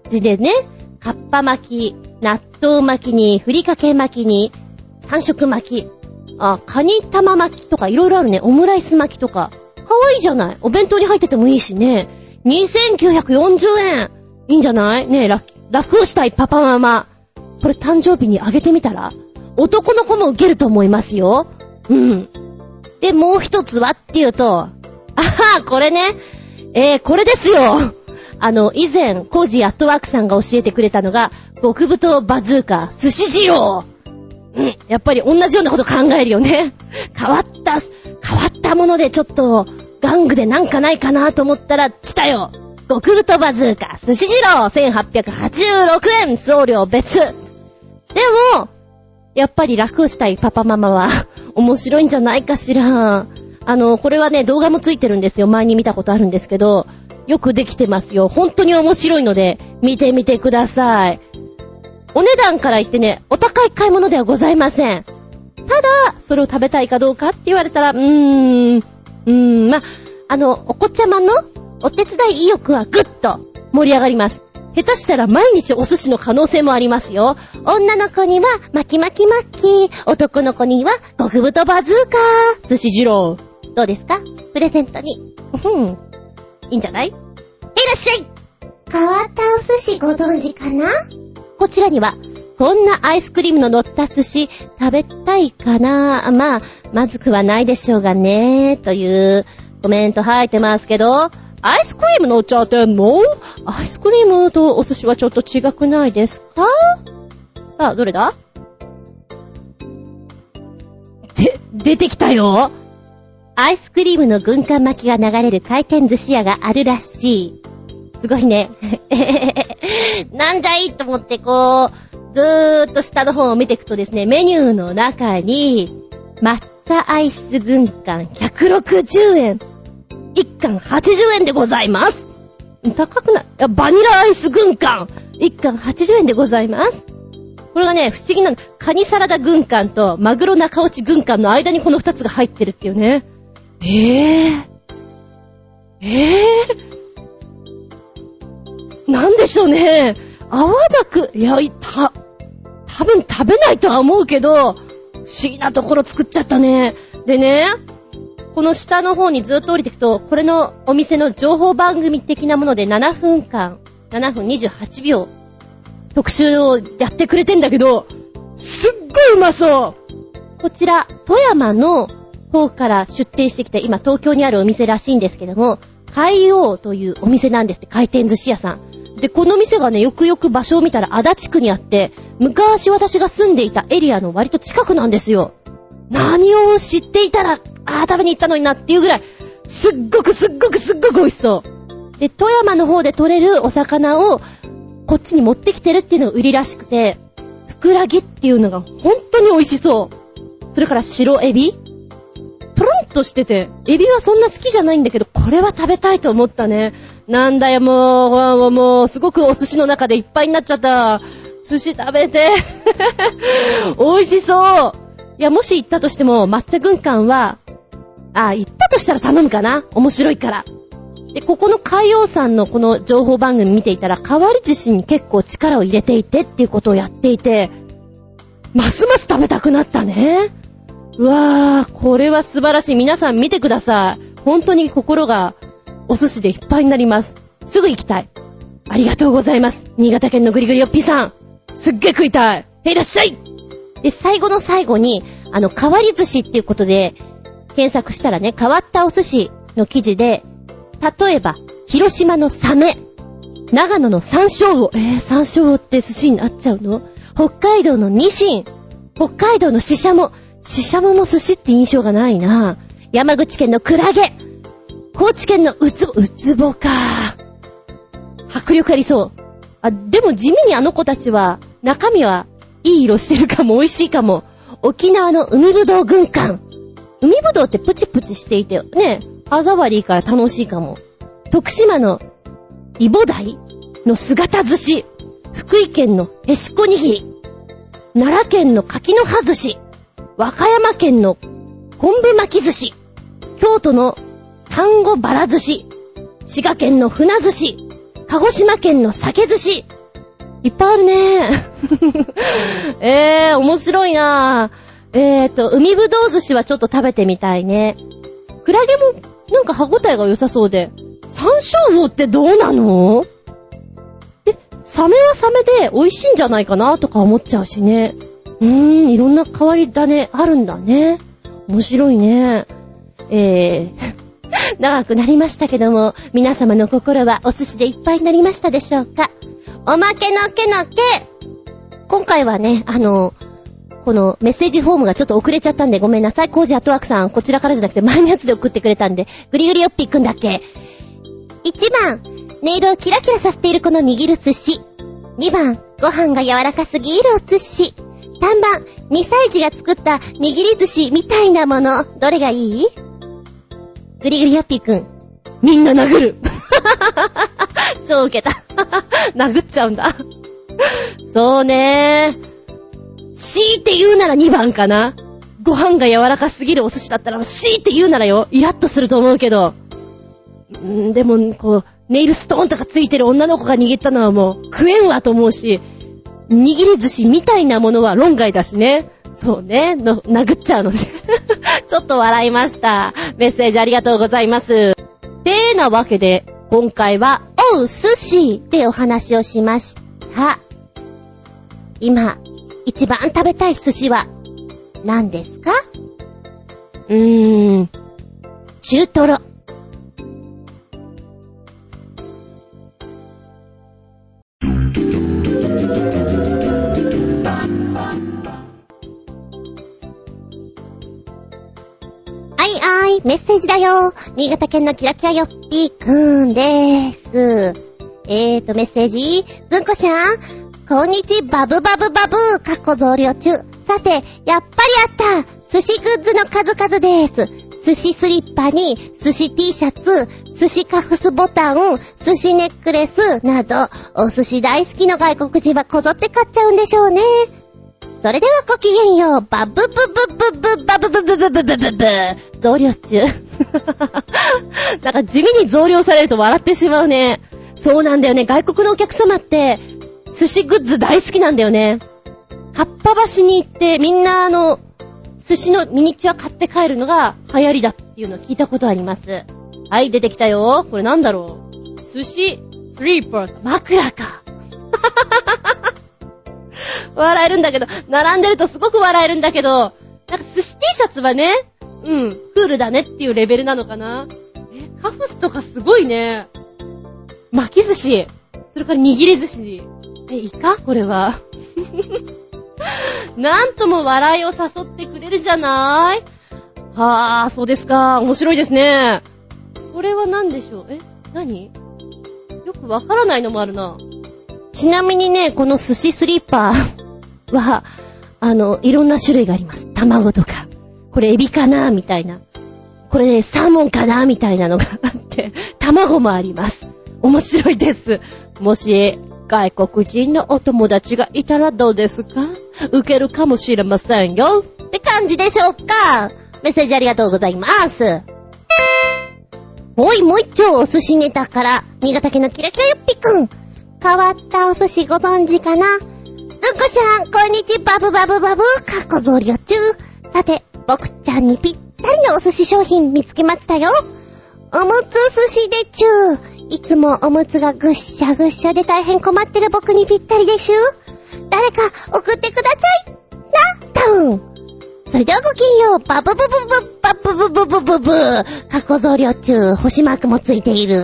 Speaker 1: じでね、かっぱ巻き、納豆巻きに、ふりかけ巻きに、三色巻き、あ、カニ玉巻きとかいろいろあるね。オムライス巻きとか。かわいいじゃない。お弁当に入っててもいいしね。にせんきゅうひゃくよんじゅうえん。いいんじゃないねえ、楽、楽をしたいパパママ。これ誕生日にあげてみたら男の子も受けると思いますよ。うん。で、もう一つはっていうと、あは、これね。えー、これですよ。あの、以前、コージーアットワークさんが教えてくれたのが、極太バズーカ、寿司二郎。うん、やっぱり同じようなこと考えるよね。変わった、変わったものでちょっと、玩具でなんかないかなと思ったら来たよ。極太バズーカ、寿司二郎、せんはっぴゃくはちじゅうろくえん、送料別。でも、やっぱり楽をしたいパパママは、面白いんじゃないかしら。あの、これはね、動画もついてるんですよ。前に見たことあるんですけど、よくできてますよ。本当に面白いので、見てみてください。お値段から言ってね、お高い買い物ではございません。ただ、それを食べたいかどうかって言われたら、うーん、うーん、ま、あの、お子ちゃまのお手伝い意欲はぐっと盛り上がります。下手したら毎日お寿司の可能性もありますよ。女の子には巻き巻き巻き、男の子には極太バズーカ、寿司二郎。どうですか？プレゼントに。うん。いいんじゃない？いらっしゃい！
Speaker 2: 変わったお寿司ご存知かな？
Speaker 1: こちらには、こんなアイスクリームの乗った寿司食べたいかな？まあ、まずくはないでしょうがね、というコメント入ってますけど、アイスクリーム乗っちゃってんの？アイスクリームとお寿司はちょっと違くないですか？さあ、どれだ？で、出てきたよ！アイスクリームの軍艦巻きが流れる回転寿司屋があるらしい。すごいね。なんじゃいと思ってこう、ずーっと下の方を見ていくとですね、メニューの中に、抹茶アイス軍艦ひゃくろくじゅうえん。いっ貫はちじゅうえんでございます。高くない？いや、バニラアイス軍艦いっ貫はちじゅうえんでございます。これがね、不思議なの。カニサラダ軍艦とマグロ中落ち軍艦の間にこのふたつが入ってるっていうね。えー。えー。なんでしょうね。合わなく、いや、た、多分食べないとは思うけど、不思議なところ作っちゃったね。でね、この下の方にずっと降りていくと、これのお店の情報番組的なものでななふんかん、ななふんにじゅうはちびょう特集をやってくれてんだけど、すっごいうまそう。こちら、富山の方から出店してきて、今東京にあるお店らしいんですけども、海王というお店なんですって、回転寿司屋さん。で、この店がね、よくよく場所を見たら足立区にあって、昔私が住んでいたエリアの割と近くなんですよ。何を知っていたら、あー食べに行ったのになっていうぐらい、すっごくすっごくすっごく美味しそう。で、富山の方で取れるお魚を、こっちに持ってきてるっていうのが売りらしくて、ふくらぎっていうのが本当に美味しそう。それから白エビトロンとしてて、エビはそんな好きじゃないんだけど、これは食べたいと思ったね。なんだよ、もう、もう、すごくお寿司の中でいっぱいになっちゃった。寿司食べて。美味しそう。いや、もし行ったとしても、抹茶軍艦は、あ、行ったとしたら頼むかな。面白いから。で、ここの海王さんのこの情報番組見ていたら、変わり寿司に結構力を入れていてっていうことをやっていて、ますます食べたくなったね。うわー、これは素晴らしい。皆さん見てください。本当に心がお寿司でいっぱいになります。すぐ行きたい。ありがとうございます。新潟県のぐりぐりよっぴーさん。すっげー食いたい。へいらっしゃい。で、最後の最後に、あの、変わり寿司っていうことで、検索したらね、変わったお寿司の記事で、例えば、広島のサメ、長野の山椒魚、えー、山椒魚って寿司になっちゃうの？北海道のニシン、北海道のシシャモ、シシャモも寿司って印象がないな。山口県のクラゲ、高知県のウツボ、ウツボか。迫力ありそう。あ、でも地味にあの子たちは、中身はいい色してるかも、美味しいかも。沖縄の海ぶどう軍艦。海ぶどうってプチプチしていて、ね、歯触りから楽しいかも。徳島のイボダイの姿寿司。福井県のへしこ握り。奈良県の柿の葉寿司。和歌山県の昆布巻き寿司。京都の丹後バラ寿司。滋賀県の船寿司。鹿児島県の酒寿司。 いっぱいあるね。えー、面白いな。えーと、海ぶどう寿司はちょっと食べてみたいね。クラゲもなんか歯ごたえが良さそうで。山椒魚ってどうなの？え、サメはサメで美味しいんじゃないかなとか思っちゃうしね。うーん、いろんな変わり種あるんだね。面白いね。えー、長くなりましたけども、皆様の心はお寿司でいっぱいになりましたでしょうか？おまけのけのけ。今回はね、あの、このメッセージフォームがちょっと遅れちゃったんでごめんなさい。コージアットワークさん、こちらからじゃなくて前のやつで送ってくれたんで、グリグリよっぴーくんだけ。いちばん、音色をキラキラさせているこの握る寿司。にばん、ご飯が柔らかすぎるお寿司。さんばん、にさい児が作った握り寿司みたいなもの。どれがいい？グリグリよっぴーくん。みんな殴る。超ウケた。殴っちゃうんだ。そうねー。強いて言うならにばんかな。ご飯が柔らかすぎるお寿司だったら強いて言うならよ、イラッとすると思うけど。んでも、こう、ネイルストーンとかついてる女の子が握ったのはもう食えんわと思うし、握り寿司みたいなものは論外だしね。そうね、の殴っちゃうので。ちょっと笑いました。メッセージありがとうございます。てなわけで、今回は、おう寿司でお話をしました。今、一番食べたい寿司は何ですか？うーん、中トロ。はいはい、メッセージだよ。新潟県のキラキラよっぴーくんでーす。えーと、メッセージ。ずんこしゃん、こんにちバブバブバブかっこ増量中。さて、やっぱりあった寿司グッズの数々です。寿司スリッパに寿司 T シャツ、寿司カフスボタン、寿司ネックレスなど、お寿司大好きの外国人はこぞって買っちゃうんでしょうね。それではごきげんよう。バブブブブブバブブブブブブブブ増量中。なんか地味に増量されると笑ってしまうね。そうなんだよね。外国のお客様って寿司グッズ大好きなんだよね。かっぱ橋に行ってみんなあの寿司のミニチュア買って帰るのが流行りだっていうのを聞いたことあります。はい、出てきたよ。これなんだろう。寿司スリーパー枕か。笑えるんだけど、並んでるとすごく笑えるんだけど、なんか寿司 T シャツはね、うん、クールだねっていうレベルなのかな。え、カフスとかすごいね。巻き寿司、それから握り寿司。え、いかこれは。なんとも笑いを誘ってくれるじゃない。はあ、そうですか。面白いですね。これは何でしょう。え、何？よくわからないのもあるな。ちなみにね、この寿司スリッパは、あの、いろんな種類があります。卵とか。これエビかなみたいな。これ、ね、サーモンかなみたいなのがあって、卵もあります。面白いです。もし、外国人のお友達がいたらどうですか？受けるかもしれませんよ。って感じでしょうか？メッセージありがとうございます。おい、もう一丁お寿司ネタから、新潟県のキラキラよっぴくん。変わったお寿司ご存知かな？うんこしゃん、こんにちバブバブバブ、かっこ増量中。さて、僕ちゃんにぴったりのお寿司商品見つけましたよ。おむつ寿司でちゅー。いつもおむつがぐっしゃぐっしゃで大変困ってる僕にぴったりでしゅ。誰か送ってください。な、タウン。それではごきげんよう。バブブブブバブブブブブブ。かっこ増量中。星マークもついている。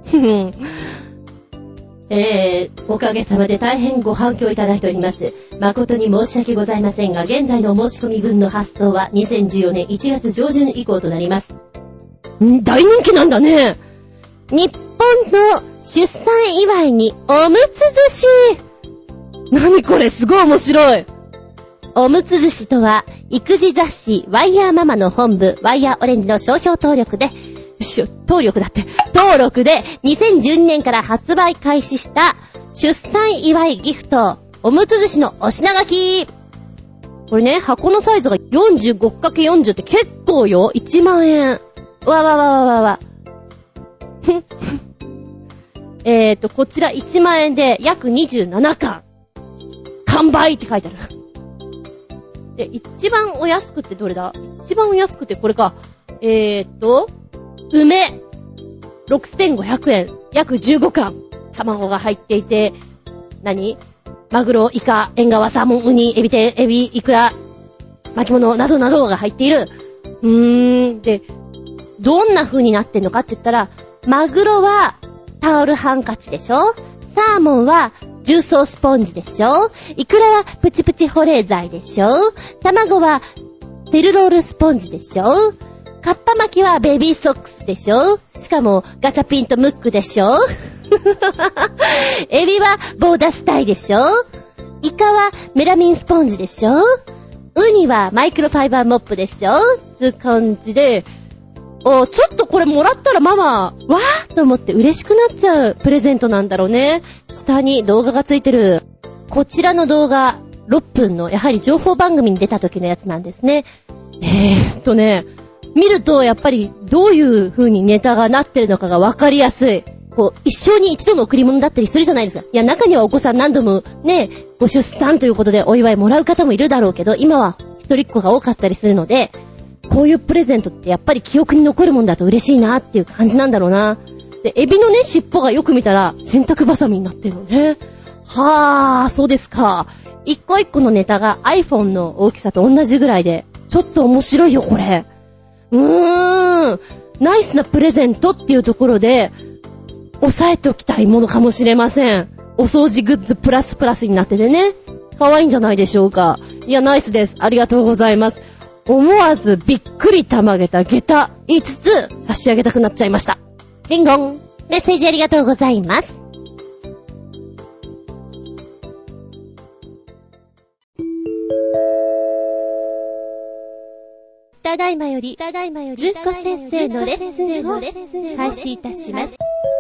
Speaker 1: えー、おかげさまで大変ご反響いただいております。誠に申し訳ございませんが、現在の申し込み分の発送はにせんじゅうよねんいちがつ上旬以降となります。ん、大人気なんだね。日本の出産祝いにおむつ寿司。何これ、すごい面白い。おむつ寿司とは、育児雑誌ワイヤーママの本部ワイヤーオレンジの商標登録で、登録だって、登録でにせんじゅうにねんから発売開始した出産祝いギフト、おむつ寿司のお品書き。これね、箱のサイズが よんじゅうごかけるよんじゅう って結構よ。いちまんえん。わわわわわわ。 えーと、こちらいちまんえんで約にじゅうななかん。完売って書いてある。で、一番お安くってどれだ？一番お安くてこれか。えーと、梅。ろくせんごひゃくえん。約じゅうごかん。卵が入っていて、何？マグロ、イカ、エンガワ、サーモン、ウニ、エビ天、エビ、イクラ、巻物などなどが入っている。うーん。で、どんな風になってんのかって言ったら、マグロはタオルハンカチでしょ？サーモンは重曹スポンジでしょ？イクラはプチプチ保冷剤でしょ？卵はセルロールスポンジでしょ？カッパ巻きはベビーソックスでしょ？しかもガチャピンとムックでしょ？エビはボーダスタイでしょ？イカはメラミンスポンジでしょ？ウニはマイクロファイバーモップでしょ？つう感じで、おちょっとこれもらったらママわーと思って嬉しくなっちゃうプレゼントなんだろうね。下に動画がついてる。こちらの動画ろっぷんのやはり情報番組に出た時のやつなんですね。えーっとね見るとやっぱりどういう風にネタがなってるのかがわかりやすい。こう一生に一度の贈り物だったりするじゃないですか。いや中にはお子さん何度もねご出産ということでお祝いもらう方もいるだろうけど、今は一人っ子が多かったりするので、こういうプレゼントってやっぱり記憶に残るもんだと嬉しいなっていう感じなんだろうな。で、エビのね尻尾がよく見たら洗濯バサミになってるのね。はー、そうですか。一個一個のネタが iPhone の大きさと同じぐらいでちょっと面白いよこれ。うーん、ナイスなプレゼントっていうところで押さえておきたいものかもしれません。お掃除グッズプラスプラスになっててね、可愛いんじゃないでしょうか。いやナイスです。ありがとうございます。思わずびっくりたまげた下駄いつつ差し上げたくなっちゃいました。リンゴン。
Speaker 2: メッセージありがとうございます。
Speaker 1: ただいまより、ただいまより、ずっこ先生のレッスンを開始いたします。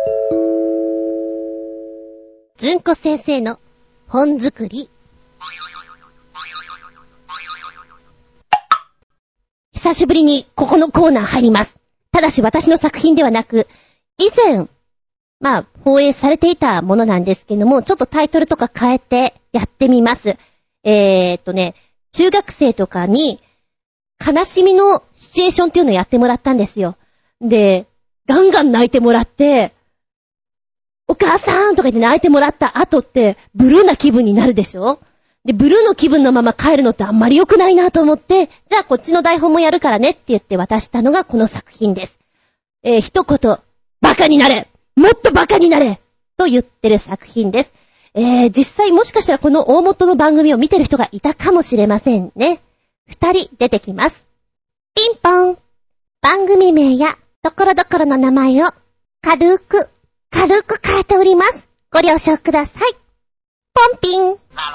Speaker 2: ずんこ先生の本作り。
Speaker 1: 久しぶりにここのコーナー入ります。ただし私の作品ではなく、以前、まあ、放映されていたものなんですけども、ちょっとタイトルとか変えてやってみます。えーっとね、中学生とかに、悲しみのシチュエーションっていうのをやってもらったんですよ。で、ガンガン泣いてもらって、お母さんとか言って泣いてもらった後って、ブルーな気分になるでしょ？で、ブルーの気分のまま帰るのってあんまり良くないなと思って、じゃあこっちの台本もやるからねって言って渡したのがこの作品です。えー、一言、バカになれ！もっとバカになれ！と言ってる作品です。えー、実際もしかしたらこの大元の番組を見てる人がいたかもしれませんね。二人出てきます。
Speaker 2: ピンポン。番組名やところどころの名前を軽く、軽く変えております。ご了承ください。ポンピン。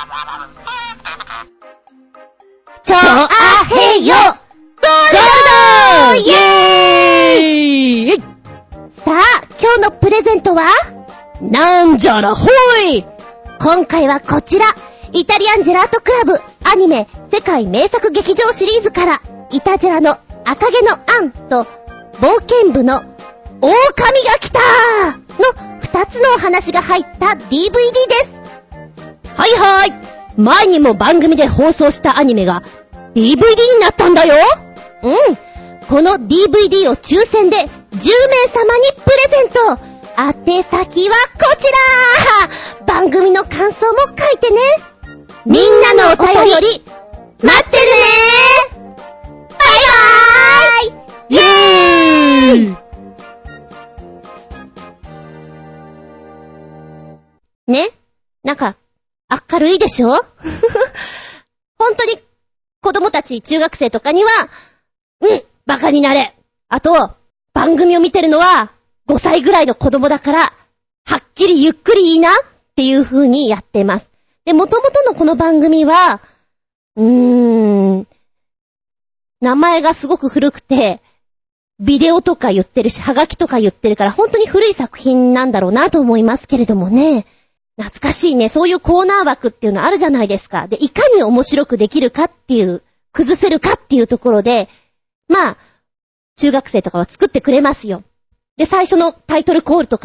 Speaker 2: ちょあへよゴールドイェーイさあ、今日のプレゼントは
Speaker 1: なんじゃらほい。
Speaker 2: 今回はこちら、イタリアンジェラートクラブアニメ世界名作劇場シリーズからイタジェラの赤毛のアンと冒険部の狼が来たの二つのお話が入った ディーブイディー です。
Speaker 1: はいはい。前にも番組で放送したアニメが ディーブイディー になったんだよ。
Speaker 2: うん。この ディーブイディー を抽選でじゅうめい様にプレゼント。宛先はこちら。番組の感想も書いてね。みんなのお便り待ってるね。バイバーイ。イエーイ。
Speaker 1: ね、なんか明るいでしょ？本当に子供たち中学生とかには、うん、バカになれ。あと番組を見てるのはごさいぐらいの子供だから、はっきりゆっくりいいなっていう風にやってます。で、元々のこの番組は、うーん、名前がすごく古くて、ビデオとか言ってるし、ハガキとか言ってるから、本当に古い作品なんだろうなと思いますけれどもね。懐かしいね。そういうコーナー枠っていうのあるじゃないですか。で、いかに面白くできるかっていう、崩せるかっていうところで、まあ、中学生とかは作ってくれますよ。で、最初のタイトルコールとかも、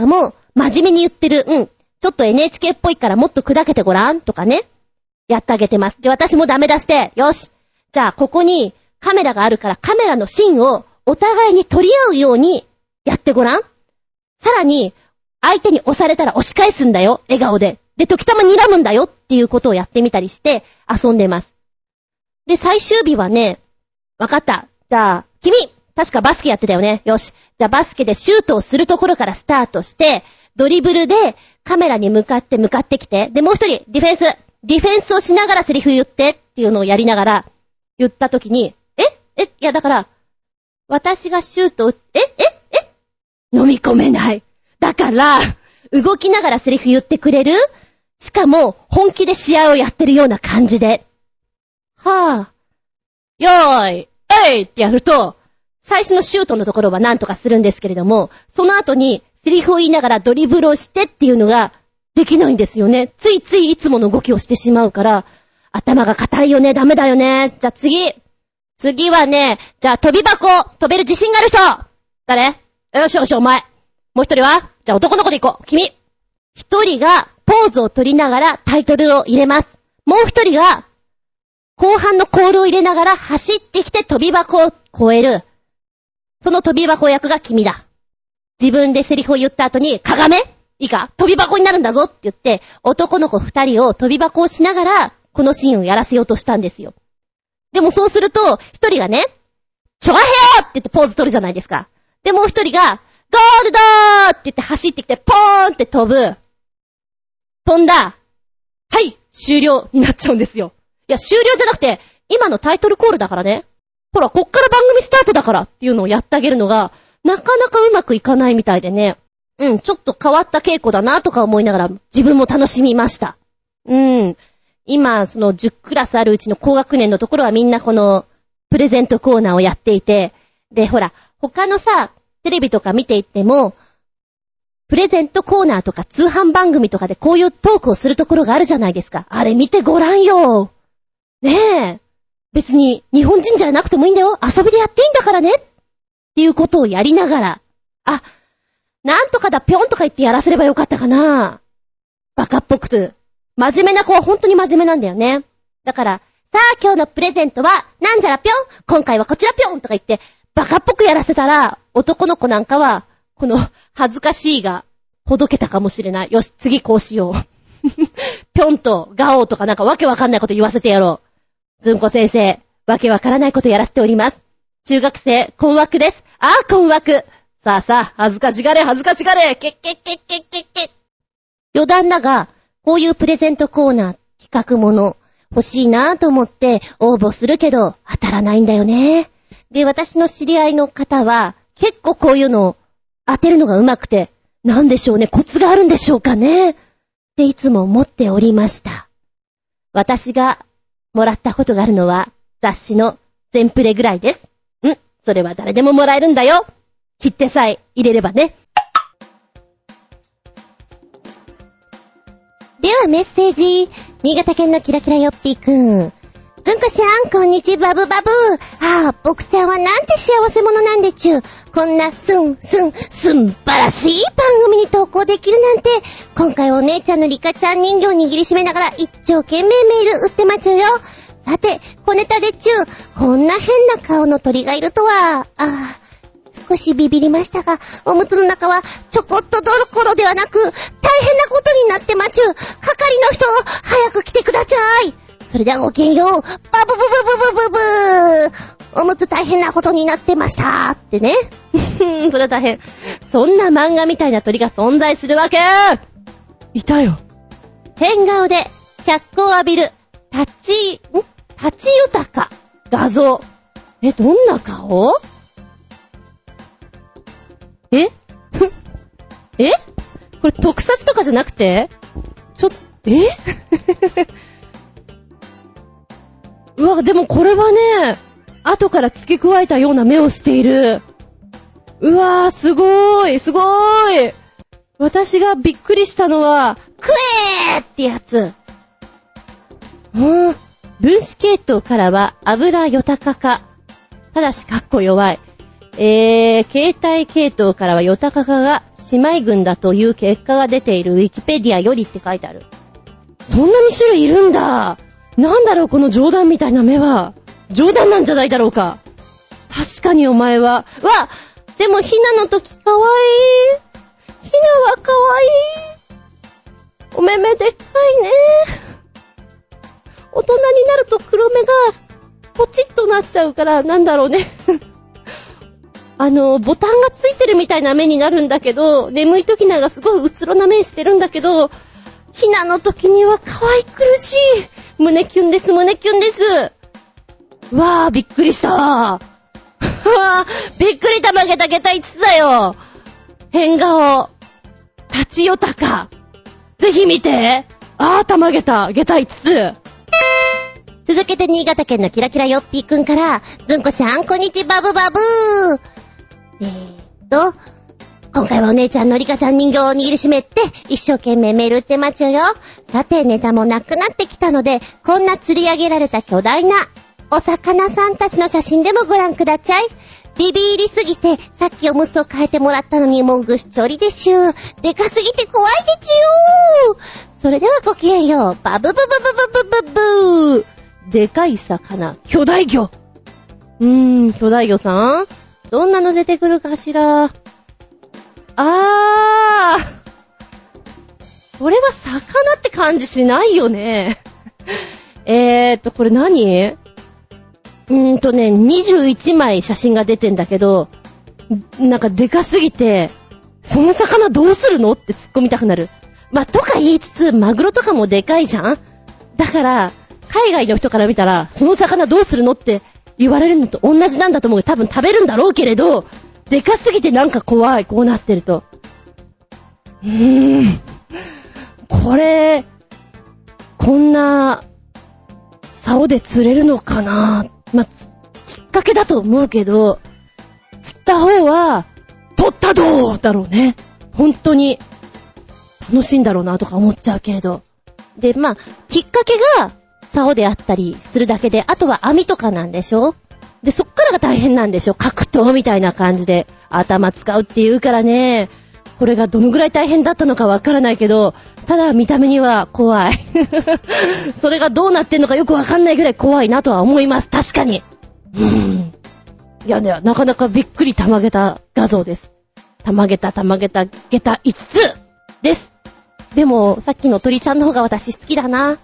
Speaker 1: 真面目に言ってる。うん。ちょっと エヌエイチケー っぽいからもっと砕けてごらんとかね。やってあげてます。で、私もダメ出して、よし。じゃあ、ここにカメラがあるからカメラの芯をお互いに取り合うようにやってごらん。さらに、相手に押されたら押し返すんだよ。笑顔で。で、時たま睨むんだよっていうことをやってみたりして遊んでます。で、最終日はね、わかった。じゃあ、君、確かバスケやってたよね。よし。じゃあバスケでシュートをするところからスタートして、ドリブルでカメラに向かって向かってきて、で、もう一人、ディフェンス。ディフェンスをしながらセリフ言ってっていうのをやりながら言ったときに、ええいやだから、私がシュートを、えええ飲み込めない。だから、動きながらセリフ言ってくれる？しかも、本気で試合をやってるような感じで。はぁ、あ。よーい、えいってやると、最初のシュートのところは何とかするんですけれども、その後にセリフを言いながらドリブルをしてっていうのができないんですよね。ついついいつもの動きをしてしまうから、頭が硬いよね、ダメだよね。じゃあ次。次はね、じゃあ飛び箱、飛べる自信がある人誰？よしよしお前。もう一人はじゃあ男の子で行こう。君。一人がポーズを取りながらタイトルを入れます。もう一人が後半のコールを入れながら走ってきて飛び箱を越える。その飛び箱役が君だ。自分でセリフを言った後に、かがめ？いいか？飛び箱になるんだぞって言って、男の子二人を飛び箱をしながら、このシーンをやらせようとしたんですよ。でもそうすると、一人がね、ちょわへよって言ってポーズ取るじゃないですか。で、もう一人が、ゴールドーって言って走ってきて、ポーンって飛ぶ。飛んだ。はい、終了になっちゃうんですよ。いや、終了じゃなくて、今のタイトルコールだからね。ほら、こっから番組スタートだからっていうのをやってあげるのが、なかなかうまくいかないみたいでね。うん、ちょっと変わった稽古だなとか思いながら、自分も楽しみました。うん。今、そのじゅっクラスあるうちの高学年のところはみんなこの、プレゼントコーナーをやっていて、で、ほら、他のさ、テレビとか見ていっても、プレゼントコーナーとか通販番組とかでこういうトークをするところがあるじゃないですか。あれ見てごらんよ。ねえ。別に日本人じゃなくてもいいんだよ。遊びでやっていいんだからね。っていうことをやりながら、あ、なんとかだぴょんとか言ってやらせればよかったかな。バカっぽくて。真面目な子は本当に真面目なんだよね。だから、さあ今日のプレゼントは、なんじゃらぴょん、今回はこちらぴょんとか言って、バカっぽくやらせたら、男の子なんかは、この恥ずかしいが、ほどけたかもしれない。よし、次こうしよう。ぴょんとガオーとかなんかわけわかんないこと言わせてやろう。ずんこ先生、わけわからないことやらせております。中学生、困惑です。ああ、困惑。さあさあ、恥ずかしがれ、恥ずかしがれ。けっけっけっけっけっけ。余談だが、こういうプレゼントコーナー、企画もの、欲しいなぁと思って応募するけど、当たらないんだよね。で、私の知り合いの方は、結構こういうのを当てるのが上手くて、なんでしょうね、コツがあるんでしょうかね。っていつも思っておりました。私がもらったことがあるのは、雑誌の全プレぐらいです。ん、それは誰でももらえるんだよ。切手さえ入れればね。
Speaker 2: ではメッセージ。新潟県のキラキラよっぴーくん。うんこしゃん、こんにちバブバブ。ああ、僕ちゃんはなんて幸せ者なんでちゅう。こんなすんすんすんばらしい番組に投稿できるなんて。今回お姉ちゃんのリカちゃん人形を握りしめながら一生懸命メール打ってまちゅうよ。さて、小ネタでちゅう。こんな変な顔の鳥がいるとは。ああ、少しビビりましたが、おむつの中はちょこっとどころではなく、大変なことになってまちゅう。係の人、早く来てください。それではごきげんよう。バブブブブブブブー。おむつ大変なことになってましたってね。
Speaker 1: それは大変。そんな漫画みたいな鳥が存在するわけ。いたよ。変顔で脚光を浴びる立ち、ん立ち豊か画像。え、どんな顔？ええこれ特撮とかじゃなくてちょっと、えうわ、でもこれはね、後から付け加えたような目をしている。うわー、すごーい、すごーい。私がびっくりしたのは、クエーってやつ。うん。分子系統からは油豊かか。ただし、かっこ弱い。 えー、携帯系統からはヨタカカが姉妹群だという結果が出ているウィキペディアよりって書いてある。そんなに種類いるんだ。なんだろうこの冗談みたいな目は。冗談なんじゃないだろうか。確かにお前は。わでもひなの時かわいい。ひなはかわいい。お目目でっかいね。大人になると黒目がポチッとなっちゃうからなんだろうね。あの、ボタンがついてるみたいな目になるんだけど、眠い時なんかすごいうつろな目してるんだけど、ひなの時には可愛苦しい。胸キュンです、胸キュンです。わー、びっくりした。びっくりたまげたげたいつつだよ。変顔。立ちよたか。ぜひ見て。あー、たまげた、げたいつつ。
Speaker 2: 続けて新潟県のキラキラよっぴーくんから、ずんこちゃん、こんにちバブバブー。えーと、今回はお姉ちゃんのリカちゃん人形を握りしめて、一生懸命メール打って待ちよよ。さて、ネタもなくなってきたので、こんな釣り上げられた巨大なお魚さんたちの写真でもご覧くだちゃい。ビビりすぎて、さっきおむつを変えてもらったのにもうぐっしょりでしゅ。でかすぎて怖いでちゅー。それではごきげんよう。バブブブブブブブブー。
Speaker 1: でかい魚、巨大魚。うーん、巨大魚さんどんなの出てくるかしら。あー。これは魚って感じしないよね。えーっと、これ何？うーんとね、にじゅういちまい写真が出てんだけど、なんかでかすぎて、その魚どうするのって突っ込みたくなる。まあ、とか言いつつ、マグロとかもでかいじゃん？だから、海外の人から見たら、その魚どうするのって言われるのと同じなんだと思う。多分食べるんだろうけれど、でかすぎてなんか怖い。こうなってると。うーん。これ、こんな、竿で釣れるのかな？まあ、きっかけだと思うけど、釣った方は、取ったどうだろうね。本当に、楽しいんだろうなとか思っちゃうけれど。で、まあ、きっかけが、竿であったりするだけで、あとは網とかなんでしょ？で、そっからが大変なんでしょ？格闘みたいな感じで頭使うって言うからね、これがどのぐらい大変だったのかわからないけど、ただ見た目には怖い。それがどうなってんのかよくわかんないぐらい怖いなとは思います。確かに。うーん。いやね、なかなかびっくりたまげた画像です。たまげたたまげたげたいつつです。でも、さっきの鳥ちゃんの方が私好きだな。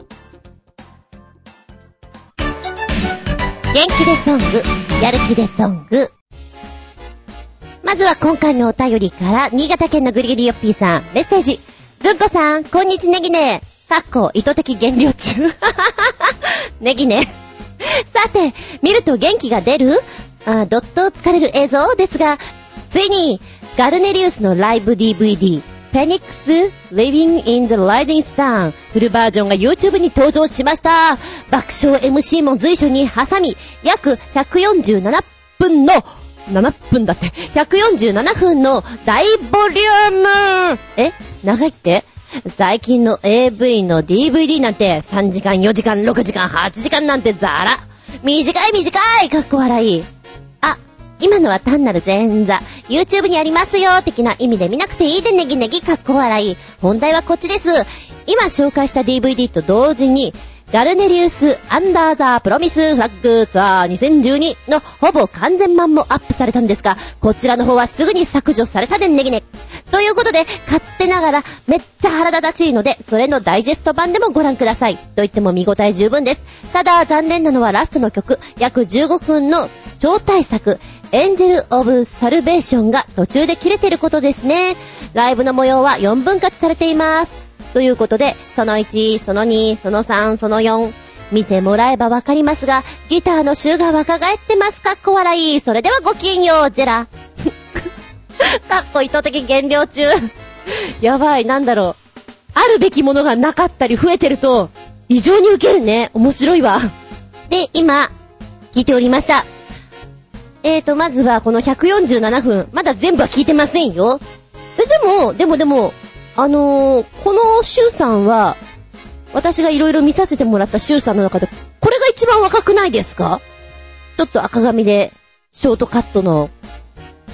Speaker 2: 元気でソング、やる気でソング。まずは今回のお便りから、新潟県のぐりぐりよっぴーさん、メッセージ。ずんこさん、こんにちねぎね。かっこ、意図的減量中。ネギね。さて、見ると元気が出るあ、どっと疲れる映像ですが、ついに、ガルネリウスのライブ ディーブイディー、フェニックス Living in the Rising Sun フルバージョンが YouTube に登場しました。爆笑 エムシー も随所に挟み、約ひゃくよんじゅうななふんの、ななふんだって、ひゃくよんじゅうななふんの大ボリューム。え？長いって？最近の エーブイ の ディーブイディー なんてさんじかん、よじかん、ろくじかん、はちじかんなんてザラ。短い短いかっこ笑い。あ、今のは単なる前座。YouTube にありますよ的な意味で見なくていいでネギネギかっこ笑い。本題はこっちです。今紹介した ディーブイディー と同時にガルネリウスアンダーザプロミスフラッグツアーにせんじゅうにのほぼ完全版もアップされたんですが、こちらの方はすぐに削除されたでネギネ。ということで勝手ながらめっちゃ腹立たしいので、それのダイジェスト版でもご覧ください。と言っても見応え十分です。ただ残念なのはラストの曲約じゅうごふんの超大作エンジェル・オブ・サルベーションが途中で切れてることですね。ライブの模様はよんぶん割されています。ということで、そのいち、そのに、そのさん、そのよん、見てもらえばわかりますが、ギターの週が若返ってます。かっこ笑い。それではごきげんよう、ジェラ。かっこ意図的減量中。やばい、なんだろう。あるべきものがなかったり増えてると、異常にウケるね。面白いわ。で、今、聞いておりました。えーと、まずはこのひゃくよんじゅうななふん、まだ全部は聞いてませんよ。え、でも、でもでも、あのー、このシュウさんは、私がいろいろ見させてもらったシュウさんの中で、これが一番若くないですか？ちょっと赤髪で、ショートカットの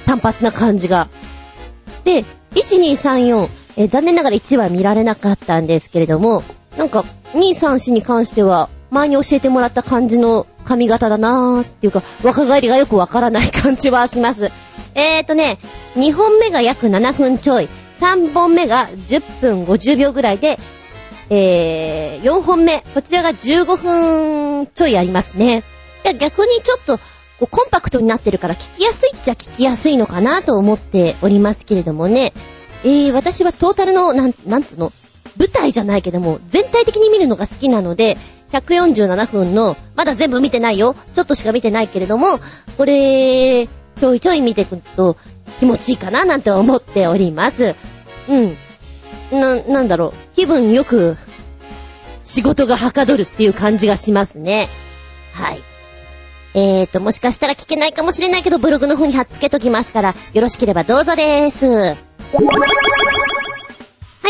Speaker 1: 単発な感じが。で、いち、に、さん、よん、えー、残念ながらいちは見られなかったんですけれども、なんかに、さん、よんに関しては前に教えてもらった感じの髪型だなーっていうか、若返りがよくわからない感じはします。えーとね、にほんめが約ななふんちょい、さんぼんめがじゅっぷんごじゅうびょうぐらいで、えー、よんほんめ、こちらがじゅうごふんちょいありますね。いや、逆にちょっとこうコンパクトになってるから聞きやすいっちゃ聞きやすいのかなと思っておりますけれどもね。えー、私はトータルの、なん、なんつうの舞台じゃないけども、全体的に見るのが好きなので、ひゃくよんじゅうななふんの、まだ全部見てないよ。ちょっとしか見てないけれども、これ、ちょいちょい見ていくと気持ちいいかななんて思っております。うん。な、なんだろう。気分よく仕事がはかどるっていう感じがしますね。はい。えーと、もしかしたら聞けないかもしれないけど、ブログの方に貼っつけときますから、よろしければどうぞです。はい、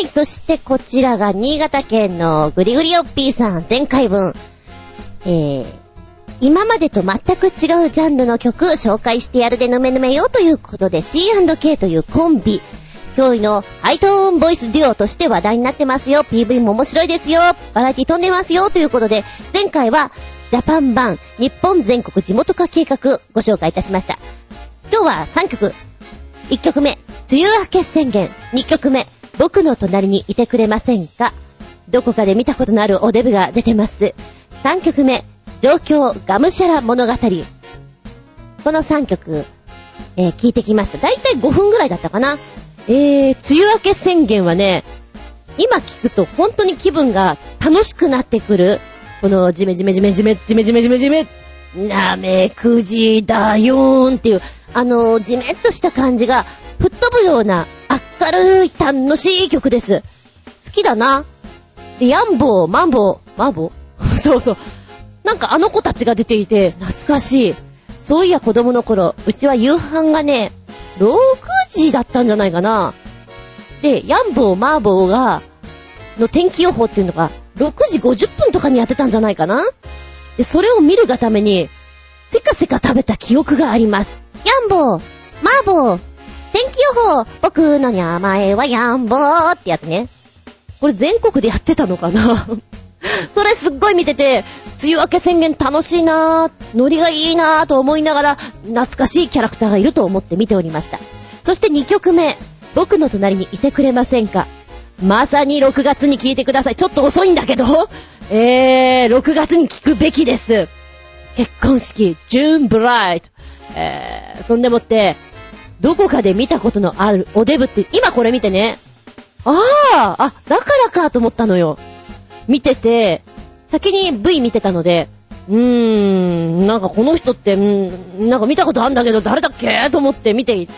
Speaker 1: そしてこちらが新潟県のぐりぐりよっぴーさん、前回分。えー、今までと全く違うジャンルの曲紹介してやるでぬめぬめよということで シーアンドケー というコンビ、驚異のハイトーンボイスデュオとして話題になってますよ。 ピーブイ も面白いですよ、バラエティ飛んでますよということで、前回はジャパン版日本全国地元化計画ご紹介いたしました。今日はさんきょく。いっきょくめ、梅雨明け宣言。にきょくめ、僕の隣にいてくれませんか。どこかで見たことのあるおデブが出てます。さんきょくめ、状況がむしゃら物語。このさんきょく、えー、聞いてきました。だいたいごふんぐらいだったかな。えー、梅雨明け宣言はね、今聞くと本当に気分が楽しくなってくる。このジメジメジメジメジメジメジメジメなめくじだよーんっていうあのジメッとした感じが吹っ飛ぶような明るい楽しい曲です。好きだな。で、ヤンボーマンボーマンボーそうそう、なんかあの子たちが出ていて懐かしい。そういや子供の頃、うちは夕飯がねろくじだったんじゃないかな。で、ヤンボーマーボーがの天気予報っていうのがろくじごじゅっぷんとかにやってたんじゃないかな。で、それを見るがためにせかせか食べた記憶があります。ヤンボーマーボー天気予報、僕の名前はヤンボーってやつね。これ全国でやってたのかなそれすっごい見てて、梅雨明け宣言楽しいなー、ノリがいいなーと思いながら、懐かしいキャラクターがいると思って見ておりました。そしてにきょくめ、僕の隣にいてくれませんか。まさにろくがつに聞いてください。ちょっと遅いんだけど、えー、ろくがつに聞くべきです。結婚式、ジューンブライト。えー、そんでもって、どこかで見たことのあるおデブって、今これ見てね、あー、あ、だからかと思ったのよ。見てて、先に V 見てたので、うーん、なんかこの人って、んなんか見たことあるんだけど、誰だっけと思って見ていって、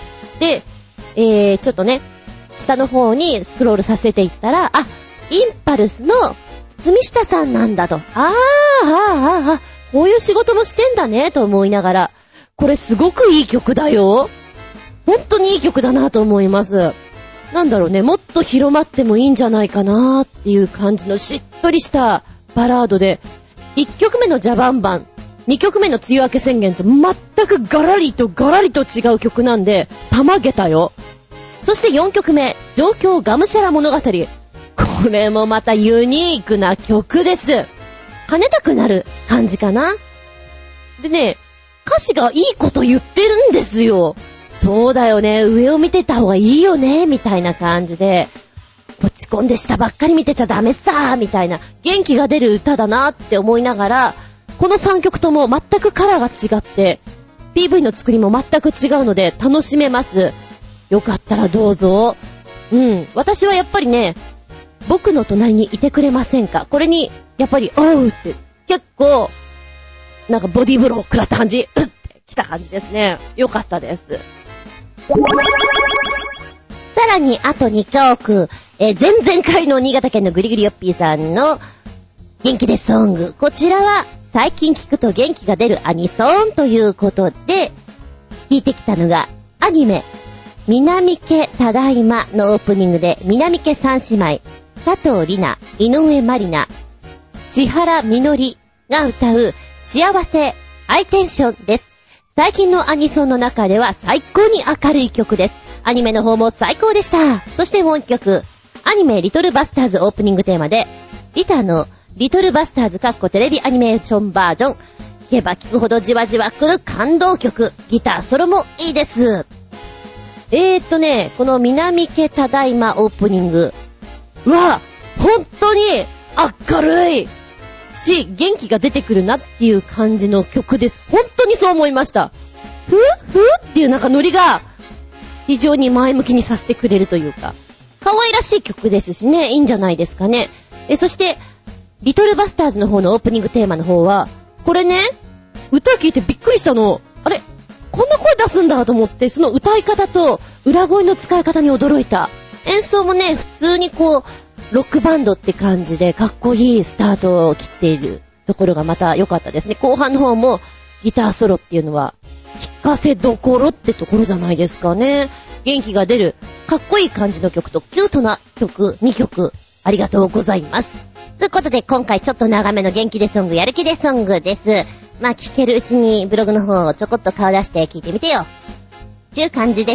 Speaker 1: えー、ちょっとね、下の方にスクロールさせていったら、あ、インパルスの堤下さんなんだと。あー、あー、あー、あ、こういう仕事もしてんだね、と思いながら、これすごくいい曲だよ。本当にいい曲だなと思います。なんだろうね、もっと広まってもいいんじゃないかなっていう感じのしっとりしたバラードで、いっきょくめのジャバン版、にきょくめの梅雨明け宣言と全くガラリとガラリと違う曲なんで、たまげたよ。そしてよんきょくめ、状況がむしゃら物語。これもまたユニークな曲です。跳ねたくなる感じかな。でね、歌詞がいいこと言ってるんですよ。そうだよね、上を見てた方がいいよねみたいな感じで、落ち込んで下ばっかり見てちゃダメさみたいな元気が出る歌だなって思いながら、このさんきょくとも全くカラーが違って ピーブイ の作りも全く違うので楽しめます。よかったらどうぞ。うん、私はやっぱりね、僕の隣にいてくれませんか、これにやっぱりおうって結構なんかボディーブロー食らった感じ、うってきた感じですね。よかったです。さらにあとにきょく、えー、前々回の新潟県のぐりぐりよっぴーさんの元気でソング、こちらは最近聞くと元気が出るアニソンということで聞いてきたのが、アニメ南家ただいまのオープニングで、南家三姉妹佐藤里奈、井上まりな、千原みのりが歌う幸せハイテンションです。 最近のアニソンの中では最高に明るい曲です。アニメの方も最高でした。そしてもう一曲、アニメリトルバスターズオープニングテーマで、リタのリトルバスターズ（テレビアニメーションバージョン）、聴けば聴くほどじわじわ来る感動曲、ギターソロもいいです。えーっとね、この南家ただいまオープニングは、本当に明るいし、元気が出てくるなっていう感じの曲です。本当にそう思いました。ふふっていうなんかノリが、非常に前向きにさせてくれるというか、可愛らしい曲ですしね、いいんじゃないですかね。え、そして、リトルバスターズの方のオープニングテーマの方は、これね、歌聴いてびっくりしたの。あれこんな声出すんだと思って、その歌い方と裏声の使い方に驚いた。演奏もね、普通にこう、ロックバンドって感じでかっこいいスタートを切っているところがまた良かったですね。後半の方もギターソロっていうのは聴かせどころってところじゃないですかね。元気が出るかっこいい感じの曲とキュートな曲にきょくありがとうございます。ということで今回ちょっと長めの元気でソング、やる気でソングです。まあ聴けるうちにブログの方をちょこっと顔出して聴いてみてよちゅう感じです。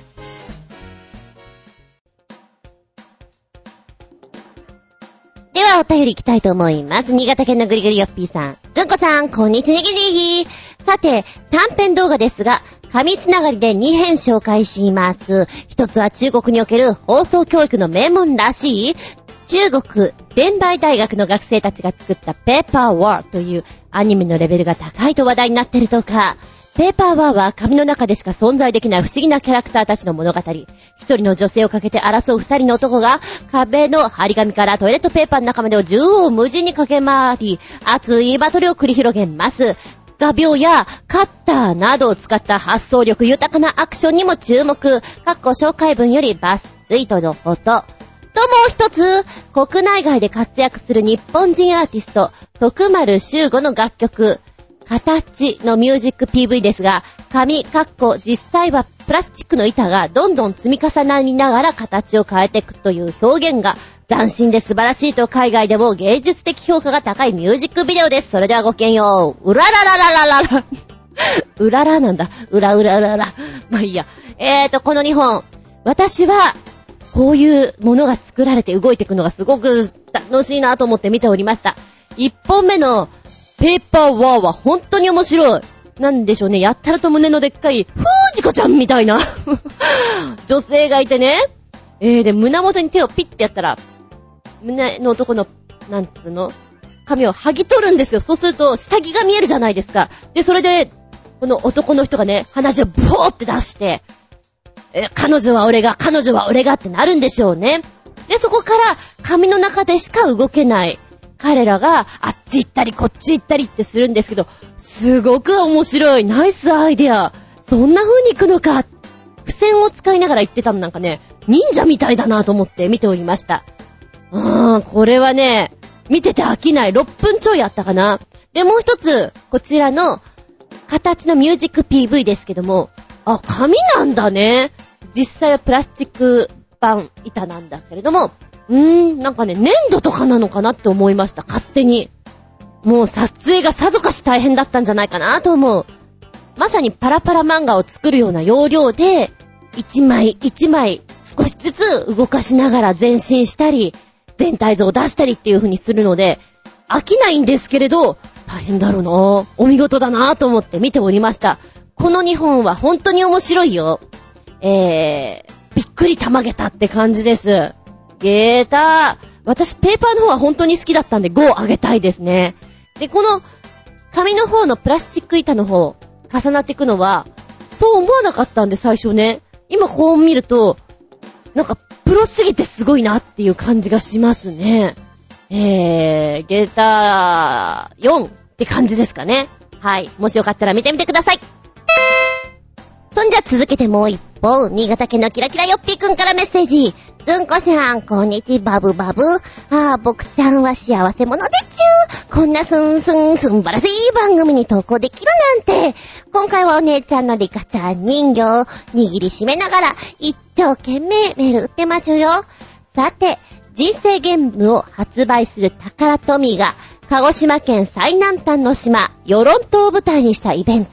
Speaker 1: ではお便り行きたいと思います。新潟県のぐりぐりよっぴーさん。ずんこさん、こんにちは。さて、短編動画ですが、紙つながりでにへん紹介します。一つは中国における放送教育の名門らしい、中国伝媒大学の学生たちが作ったペーパーワーというアニメのレベルが高いと話題になってるとか。ペーパーワーは紙の中でしか存在できない不思議なキャラクターたちの物語。一人の女性をかけて争う二人の男が壁の張り紙からトイレットペーパーの中までを縦横無尽に駆け回り、熱いバトルを繰り広げます。画鋲やカッターなどを使った発想力豊かなアクションにも注目。かっこ紹介文より抜粋とのこと。ともう一つ、国内外で活躍する日本人アーティスト、徳丸修吾の楽曲、形のミュージック ピーブイ ですが、紙、かっこ実際はプラスチックの板がどんどん積み重なりながら形を変えていくという表現が斬新で素晴らしいと海外でも芸術的評価が高いミュージックビデオです。それではごきげんよう。うららららららら。うららなんだ。うらうらうらら。まあいいや。えーと、このにほん。私は、こういうものが作られて動いていくのがすごく楽しいなと思って見ておりました。いっぽんめのペーパーワーは本当に面白い。なんでしょうね。やったらと胸のでっかい、ふーじこちゃんみたいな女性がいてね。えー、で、胸元に手をピッてやったら、胸の男の、なんつうの髪を剥ぎ取るんですよ。そうすると、下着が見えるじゃないですか。で、それで、この男の人がね、鼻血をブホーって出して、えー、彼女は俺が、彼女は俺がってなるんでしょうね。で、そこから、髪の中でしか動けない。彼らがあっち行ったりこっち行ったりってするんですけど、すごく面白い。ナイスアイデア。そんな風に行くのか。付箋を使いながら言ってたのなんかね、忍者みたいだなと思って見ておりました。うーん、これはね、見てて飽きない。ろっぷんちょいあったかな。で、もう一つ、こちらの形のミュージック ピーブイ ですけども、あ、紙なんだね。実際はプラスチック板板なんだけれども、うーん、なんかね、粘土とかなのかなって思いました。勝手に。もう撮影がさぞかし大変だったんじゃないかなと思う。まさにパラパラ漫画を作るような要領で、一枚一枚少しずつ動かしながら前進したり、全体像を出したりっていう風にするので、飽きないんですけれど、大変だろうな。お見事だなと思って見ておりました。このにほんは本当に面白いよ。えー、びっくりたまげたって感じです。ゲーター。私ペーパーの方は本当に好きだったんでごをあげたいですね。で、この紙の方のプラスチック板の方、重なっていくのは、そう思わなかったんで最初ね。今こう見ると、なんかプロすぎてすごいなっていう感じがしますね。えー、ゲーターよんって感じですかね。はい。もしよかったら見てみてください。そんじゃ続けてもう一本、新潟県のキラキラよっぴーくんからメッセージ。ずんこさん、こんにちバブバブ。あー、僕ちゃんは幸せ者でちゅー。こんなすんすんすんばらしい番組に投稿できるなんて。今回はお姉ちゃんのリカちゃん人形を握りしめながら一生懸命メール打ってまちゅよ。さて、人生ゲームを発売するタカラトミーが鹿児島県最南端の島、与論島を舞台にしたイベント。